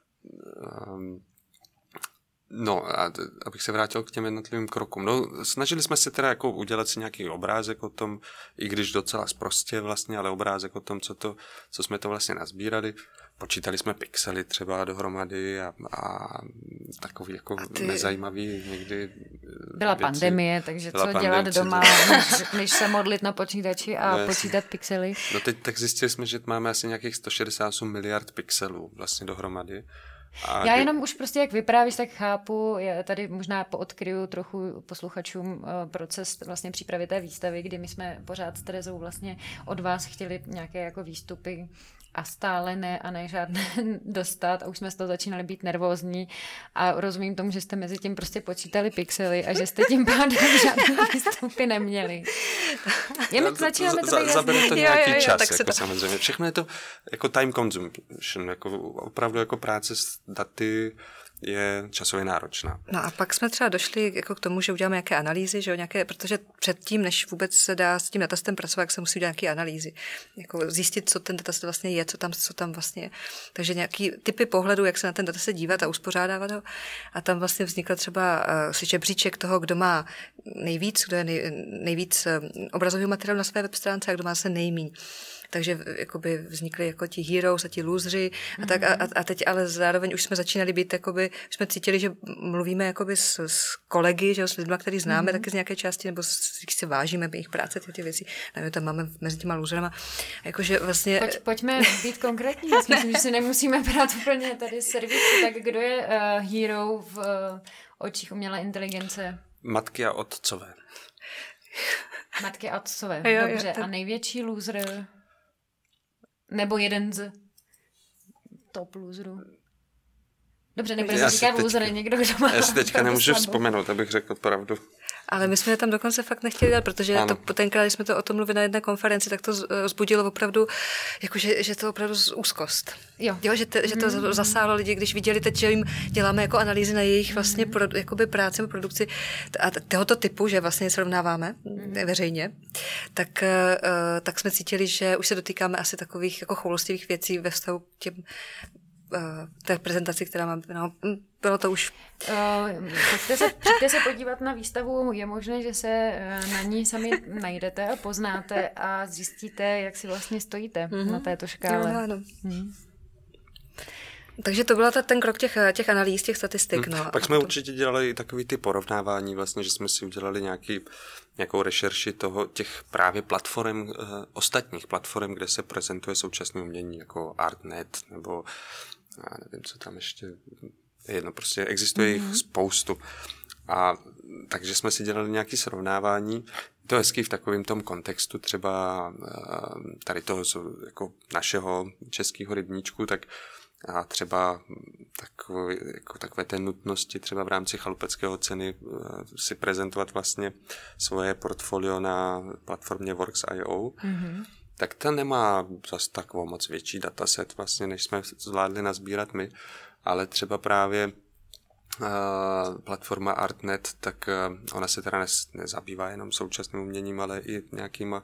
abych se vrátil k těm jednotlivým krokům. No, snažili jsme se teda jako udělat si nějaký obrázek o tom, i když docela sprostě vlastně, ale obrázek o tom, co jsme to vlastně nazbírali. Počítali jsme pixely třeba dohromady a takový jako nezajímavý někdy Byla věci. Pandemie, takže co dělat doma, než se modlit na počítači a počítat pixely. No teď tak zjistili jsme, že máme asi nějakých 168 miliard pixelů vlastně dohromady. Já jenom už prostě, jak vyprávíš, tak chápu, já tady možná poodkryju trochu posluchačům proces vlastně přípravy té výstavy, kdy my jsme pořád s Terezou vlastně od vás chtěli nějaké jako výstupy a stále ne žádné dostat a už jsme z toho začínali být nervózní a rozumím tomu, že jste mezi tím prostě počítali pixely a že jste tím pádem žádné výstupy neměli. Zabere to nějaký čas, jako samozřejmě. Všechno je to jako time consumption, jako opravdu jako práce s daty je časově náročná. No a pak jsme třeba došli jako k tomu, že uděláme nějaké analýzy, že protože předtím, než vůbec se dá s tím datasetem pracovat, tak se musí udělat nějaké analýzy. Jako zjistit, co ten dataset vlastně je, co tam vlastně je. Takže nějaký typy pohledu, jak se na ten dataset dívat a uspořádávat ho. A tam vlastně vznikl třeba žebříček toho, kdo má nejvíc, kdo je nejvíc obrazového materiálu na své web stránce a kdo má se nejmíň. Takže jakoby vznikly jako ti heroes a ti lůzři a tak a teď ale zároveň už jsme začínali být jakoby, už jsme cítili, že mluvíme jakoby s kolegy, že s lidmi, který známe taky z nějaké části, nebo si vážíme jejich práce, ty věci, nevím, tam máme mezi těma lůzrama. Jakože vlastně... Pojďme být konkrétní, já myslím, že si nemusíme brát úplně tady servisu, tak kdo je hero v očích umělé inteligence? Matky a otcové. Matky a otcové, dobře. A největší loser? Nebo jeden z top loserů? Dobře, nebudeme říkat loser, někdo, kdo má... Já si teďka nemůžu vzpomenout, abych řekl pravdu. Ale my jsme tam dokonce fakt nechtěli dát, protože tenkrát, když jsme to o tom mluvili na jedné konferenci, tak to vzbudilo opravdu, jakože, že to opravdu úzkost. Jo, že to zasáhlo lidi, když viděli teď, že jim děláme jako analýzy na jejich vlastně jakoby práci a produkci a tohoto typu, že vlastně srovnáváme veřejně, tak jsme cítili, že už se dotýkáme asi takových jako choulostivých věcí ve vztahu k těm té prezentaci, která mám, bylo to už... Přijďte se podívat na výstavu, je možné, že se na ní sami najdete a poznáte a zjistíte, jak si vlastně stojíte na této škále. Ano. Takže to byl ten krok těch analýz, těch statistik. No. Pak jsme určitě dělali takový ty porovnávání, vlastně, že jsme si udělali nějakou rešerši těch právě platform, ostatních platform, kde se prezentuje současné umění, jako Artnet, nebo já nevím, co tam ještě jedno, prostě existuje jich spoustu. A takže jsme si dělali nějaké srovnávání. To je hezký v takovém tom kontextu třeba tady toho jako našeho českého rybníčku, tak a třeba takové té nutnosti třeba v rámci chalupeckého ceny si prezentovat vlastně svoje portfolio na platformě Works.io, tak ta nemá zas takovou moc větší dataset vlastně, než jsme zvládli nazbírat my, ale třeba právě platforma Artnet, tak ona se teda nezabývá jenom současným uměním, ale i nějakýma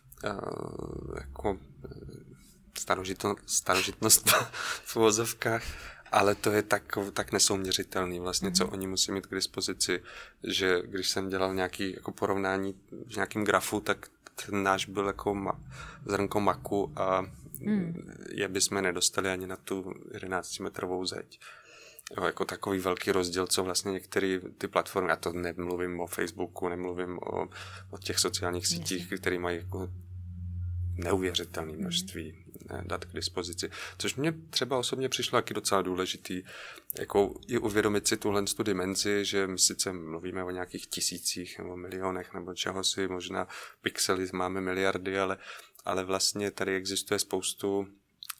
jako starožitnost v uvozovkách, ale to je tak nesouměřitelný vlastně, co oni musí mít k dispozici, že když jsem dělal nějaký jako porovnání v nějakým grafu, tak ten náš byl jako zrnko maku a je bychom nedostali ani na tu 11metrovou zeď. Jo, jako takový velký rozdíl, co vlastně některé ty platformy, já to nemluvím o Facebooku, nemluvím o těch sociálních sítích, které mají jako neuvěřitelné množství dat k dispozici. Což mě třeba osobně přišlo taky docela důležitý, jako i uvědomit si tuhle dimenzi, že my sice mluvíme o nějakých tisících nebo milionech nebo čehosi, možná pixely máme miliardy, ale vlastně tady existuje spoustu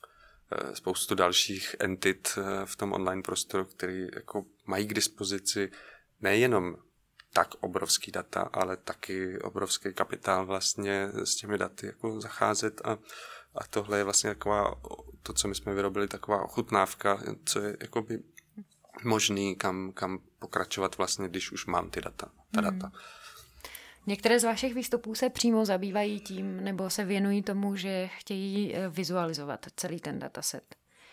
dalších entit v tom online prostoru, který jako mají k dispozici nejenom tak obrovský data, ale taky obrovský kapitál vlastně s těmi daty jako zacházet a tohle je vlastně taková, to, co my jsme vyrobili, taková ochutnávka, co je jakoby možný, kam pokračovat vlastně, když už mám ta data. Některé z vašich výstupů se přímo zabývají tím, nebo se věnují tomu, že chtějí vizualizovat celý ten dataset.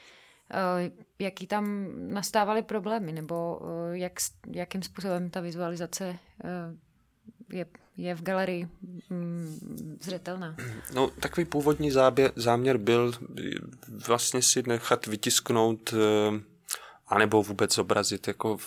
Jaký tam nastávaly problémy, nebo jakým způsobem ta vizualizace je v galerii zřetelná? No, takový původní záměr byl vlastně si nechat vytisknout anebo vůbec zobrazit jako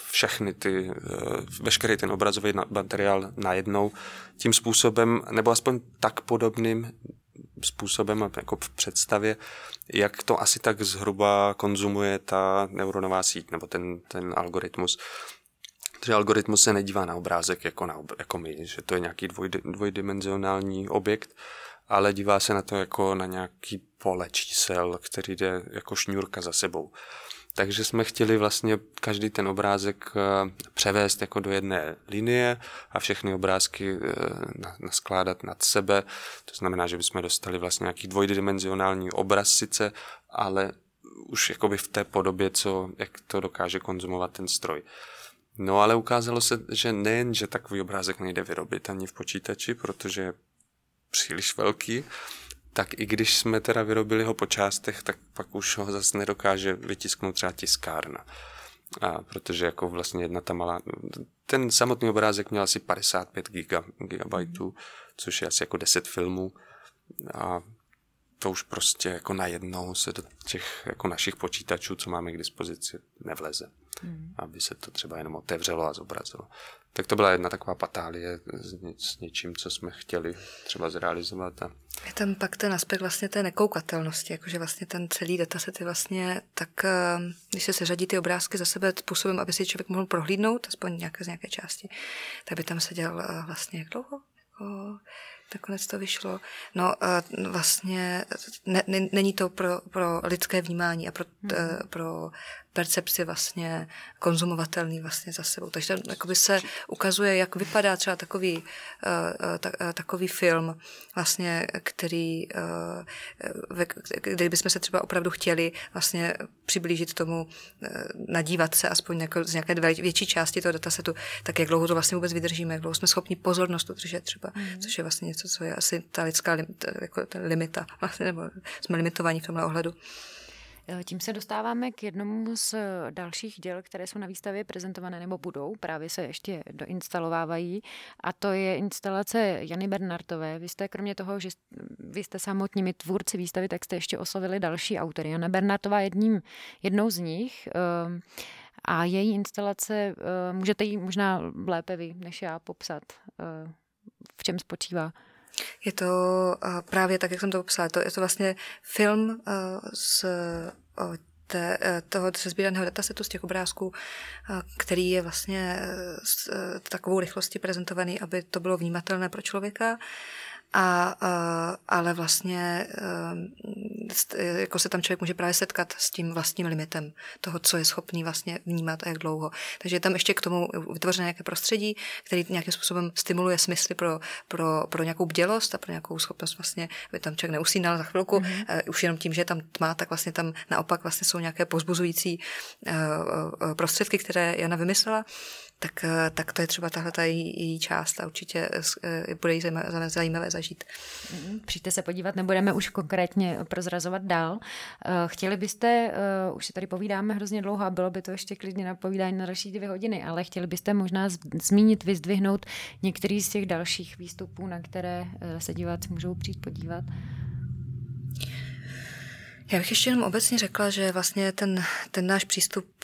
veškerý ten obrazový materiál najednou tím způsobem, nebo aspoň tak podobným způsobem jako v představě, jak to asi tak zhruba konzumuje ta neuronová síť nebo ten algoritmus. Protože algoritmus se nedívá na obrázek jako my, že to je nějaký dvojdimenzionální objekt, ale dívá se na to jako na nějaký pole čísel, který jde jako šňůrka za sebou. Takže jsme chtěli vlastně každý ten obrázek převést jako do jedné linie a všechny obrázky naskládat nad sebe. To znamená, že bychom dostali vlastně nějaký dvojdimenzionální obraz sice, ale už jakoby v té podobě, jak to dokáže konzumovat ten stroj. No ale ukázalo se, že nejen, že takový obrázek nejde vyrobit ani v počítači, protože je příliš velký, tak i když jsme teda vyrobili ho po částech, tak pak už ho zase nedokáže vytisknout třeba tiskárna. Protože jako vlastně jedna ta malá... Ten samotný obrázek měl asi 55 gigabajtů, což je asi jako 10 filmů. A to už prostě jako najednou se do těch jako našich počítačů, co máme k dispozici, nevleze. Aby se to třeba jenom otevřelo a zobrazilo. Tak to byla jedna taková patálie s něčím, co jsme chtěli třeba zrealizovat. Je tam pak ten aspekt vlastně té nekoukatelnosti, jakože vlastně ten celý dataset je vlastně tak, když se seřadí ty obrázky za sebe způsobem, aby si člověk mohl prohlídnout, aspoň z nějaké části, tak by tam seděl vlastně jak dlouho? Nakonec to vyšlo. No vlastně není to pro lidské vnímání a pro percepci vlastně konzumovatelný vlastně za sebou. Takže tam jakoby se ukazuje, jak vypadá třeba takový film, vlastně, který bychom se třeba opravdu chtěli vlastně přiblížit tomu, nadívat se aspoň z nějaké větší části toho datasetu, tak jak dlouho to vlastně vůbec vydržíme, jak dlouho jsme schopni pozornost udržet třeba, což je vlastně něco, co je asi ta lidská jako ta limita, vlastně, nebo jsme limitovaní v tomhle ohledu. Tím se dostáváme k jednomu z dalších děl, které jsou na výstavě prezentované nebo budou, právě se ještě doinstalovávají, a to je instalace Jany Bernardové. Vy jste kromě toho, že vy jste samotnými tvůrci výstavy, tak jste ještě oslovili další autory. Jana Bernardová jednou z nich a její instalace, můžete ji možná lépe vy než já popsat, v čem spočívá? Je to právě tak, jak jsem to popsala. Je to vlastně film z toho sesbíraného datasetu, z těch obrázků, který je vlastně s takovou rychlostí prezentovaný, aby to bylo vnímatelné pro člověka. Ale vlastně jako se tam člověk může právě setkat s tím vlastním limitem toho, co je schopný vlastně vnímat a jak dlouho. Takže je tam ještě k tomu vytvořené nějaké prostředí, který nějakým způsobem stimuluje smysly pro nějakou bdělost a pro nějakou schopnost vlastně, aby tam člověk neusínal za chvilku. Už jenom tím, že je tam tma, tak vlastně tam naopak vlastně jsou nějaké povzbuzující prostředky, které Jana vymyslela. Tak to je třeba tahle její část a určitě bude jí zajímavé zažít. Přijďte se podívat, nebudeme už konkrétně prozrazovat dál. Chtěli byste, už si tady povídáme hrozně dlouho a bylo by to ještě klidně na povídání na další 2 hodiny, ale chtěli byste možná zmínit, vyzdvihnout některý z těch dalších výstupů, na které se diváci můžou přijít podívat? Já bych ještě jenom obecně řekla, že vlastně ten náš přístup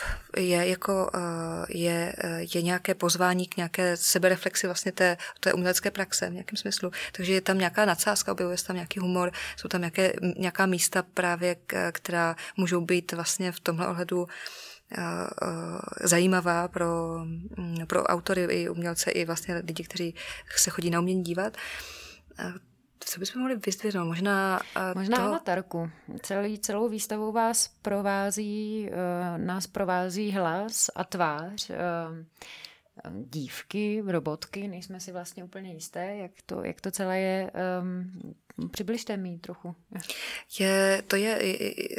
je nějaké pozvání k nějaké sebereflexi vlastně té umělecké praxe v nějakém smyslu. Takže je tam nějaká nadsázka, objevuje se tam nějaký humor, jsou tam nějaká místa právě, která můžou být vlastně v tomhle ohledu zajímavá pro autory i umělce, i vlastně lidi, kteří se chodí na umění dívat. Co bychom mohli vyzdvihnout? Možná avatarku. Celou výstavou nás provází hlas a tvář dívky, robotky. Nejsme si vlastně úplně jisté, jak to celé je. Přibližte mi trochu. To je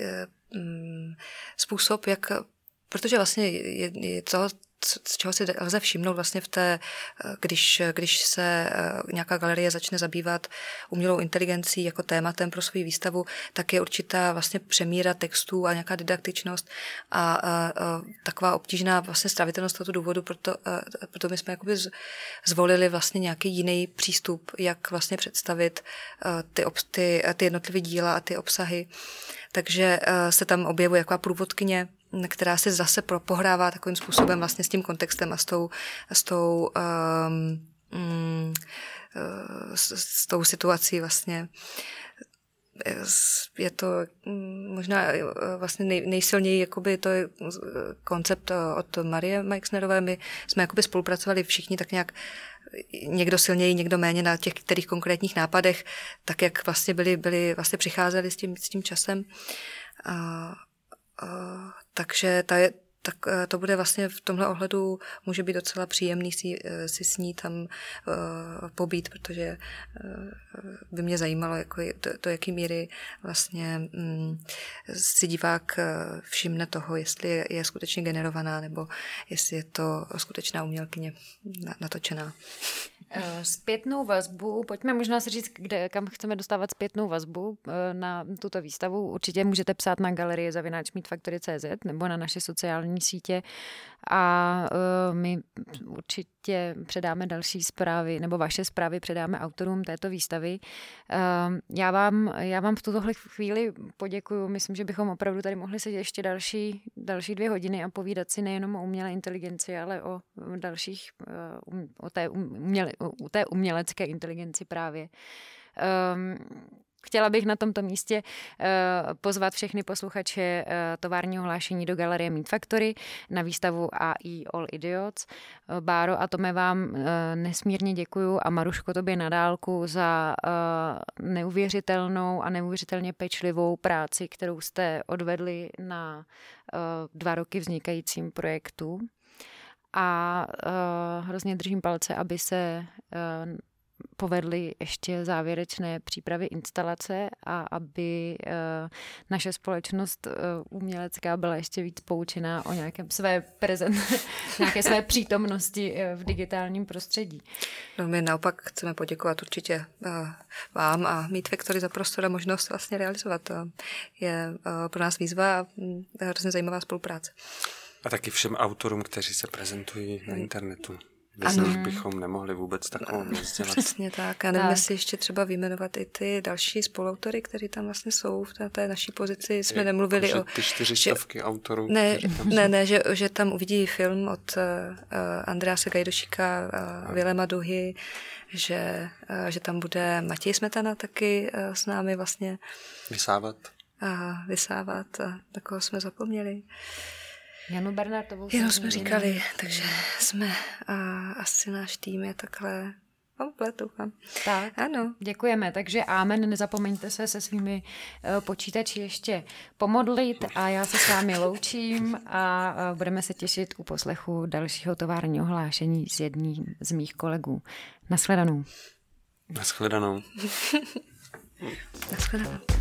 způsob, jak, protože vlastně je to, z čeho si lze všimnout vlastně když se nějaká galerie začne zabývat umělou inteligencí jako tématem pro svou výstavu, tak je určitá vlastně přemíra textů a nějaká didaktičnost a taková obtížná vlastně stravitelnost tohoto důvodu, proto my jsme jakoby zvolili vlastně nějaký jiný přístup, jak vlastně představit ty jednotlivé díla a ty obsahy. Takže se tam objevuje taková průvodkyně, která se zase pohrává takovým způsobem vlastně s tím kontextem a s tou situací vlastně. Je to možná vlastně nejsilněji, jakoby to je koncept od Marie Meixnerové. My jsme jakoby spolupracovali všichni tak nějak, někdo silněji, někdo méně na těch kterých konkrétních nápadech, tak jak vlastně vlastně přicházeli s tím časem. Takže to bude vlastně v tomhle ohledu může být docela příjemný si s ní tam pobít, protože by mě zajímalo, jako to jaký míry vlastně si divák všimne toho, jestli je skutečně generovaná, nebo jestli je to skutečná umělkyně natočená. Zpětnou vazbu, pojďme možná si říct, kam chceme dostávat zpětnou vazbu na tuto výstavu. Určitě můžete psát na galerie@meetfactory.cz nebo na naše sociální sítě a my určitě předáme další zprávy, nebo vaše zprávy předáme autorům této výstavy. Já vám v tuto chvíli poděkuju. Myslím, že bychom opravdu tady mohli sedět ještě další 2 hodiny a povídat si nejenom o umělé inteligenci, ale o dalších, o té umělecké inteligenci právě. Chtěla bych na tomto místě pozvat všechny posluchače továrního hlášení do galerie Meet Factory na výstavu AI All Idiots. Báro a Tome, vám nesmírně děkuju a Maruško, tobě na dálku za neuvěřitelnou a neuvěřitelně pečlivou práci, kterou jste odvedli na 2 roky vznikajícím projektu. A hrozně držím palce, aby se povedly ještě závěrečné přípravy instalace a aby naše společnost umělecká byla ještě víc poučená o nějaké své přítomnosti v digitálním prostředí. No, my naopak chceme poděkovat určitě vám a Meet Factory za prostor a možnost vlastně realizovat. To je pro nás výzva a hrozně zajímavá spolupráce. A taky všem autorům, kteří se prezentují na internetu. Bez nich bychom nemohli vůbec takovou věc dělat. Přesně tak. A nevíme si ještě třeba vyjmenovat i ty další spoluautory, kteří tam vlastně jsou v té naší pozici. Jsme nemluvili o... Ty 400 autorů. Že tam uvidí film od Andrease Gajdošíka, Vilema Duhy, že tam bude Matěj Smetana taky s námi vlastně. Vysávat. Takového jsme zapomněli. Janu Bernardovou. Jenom jsme říkali, takže jsme asi náš tým je takhle komplet, doufám. Tak, ano. Děkujeme, takže amen, nezapomeňte se svými počítači ještě pomodlit a já se s vámi loučím a budeme se těšit u poslechu dalšího továrního hlášení s jedním z mých kolegů. Nashledanou. Nashledanou. Nashledanou.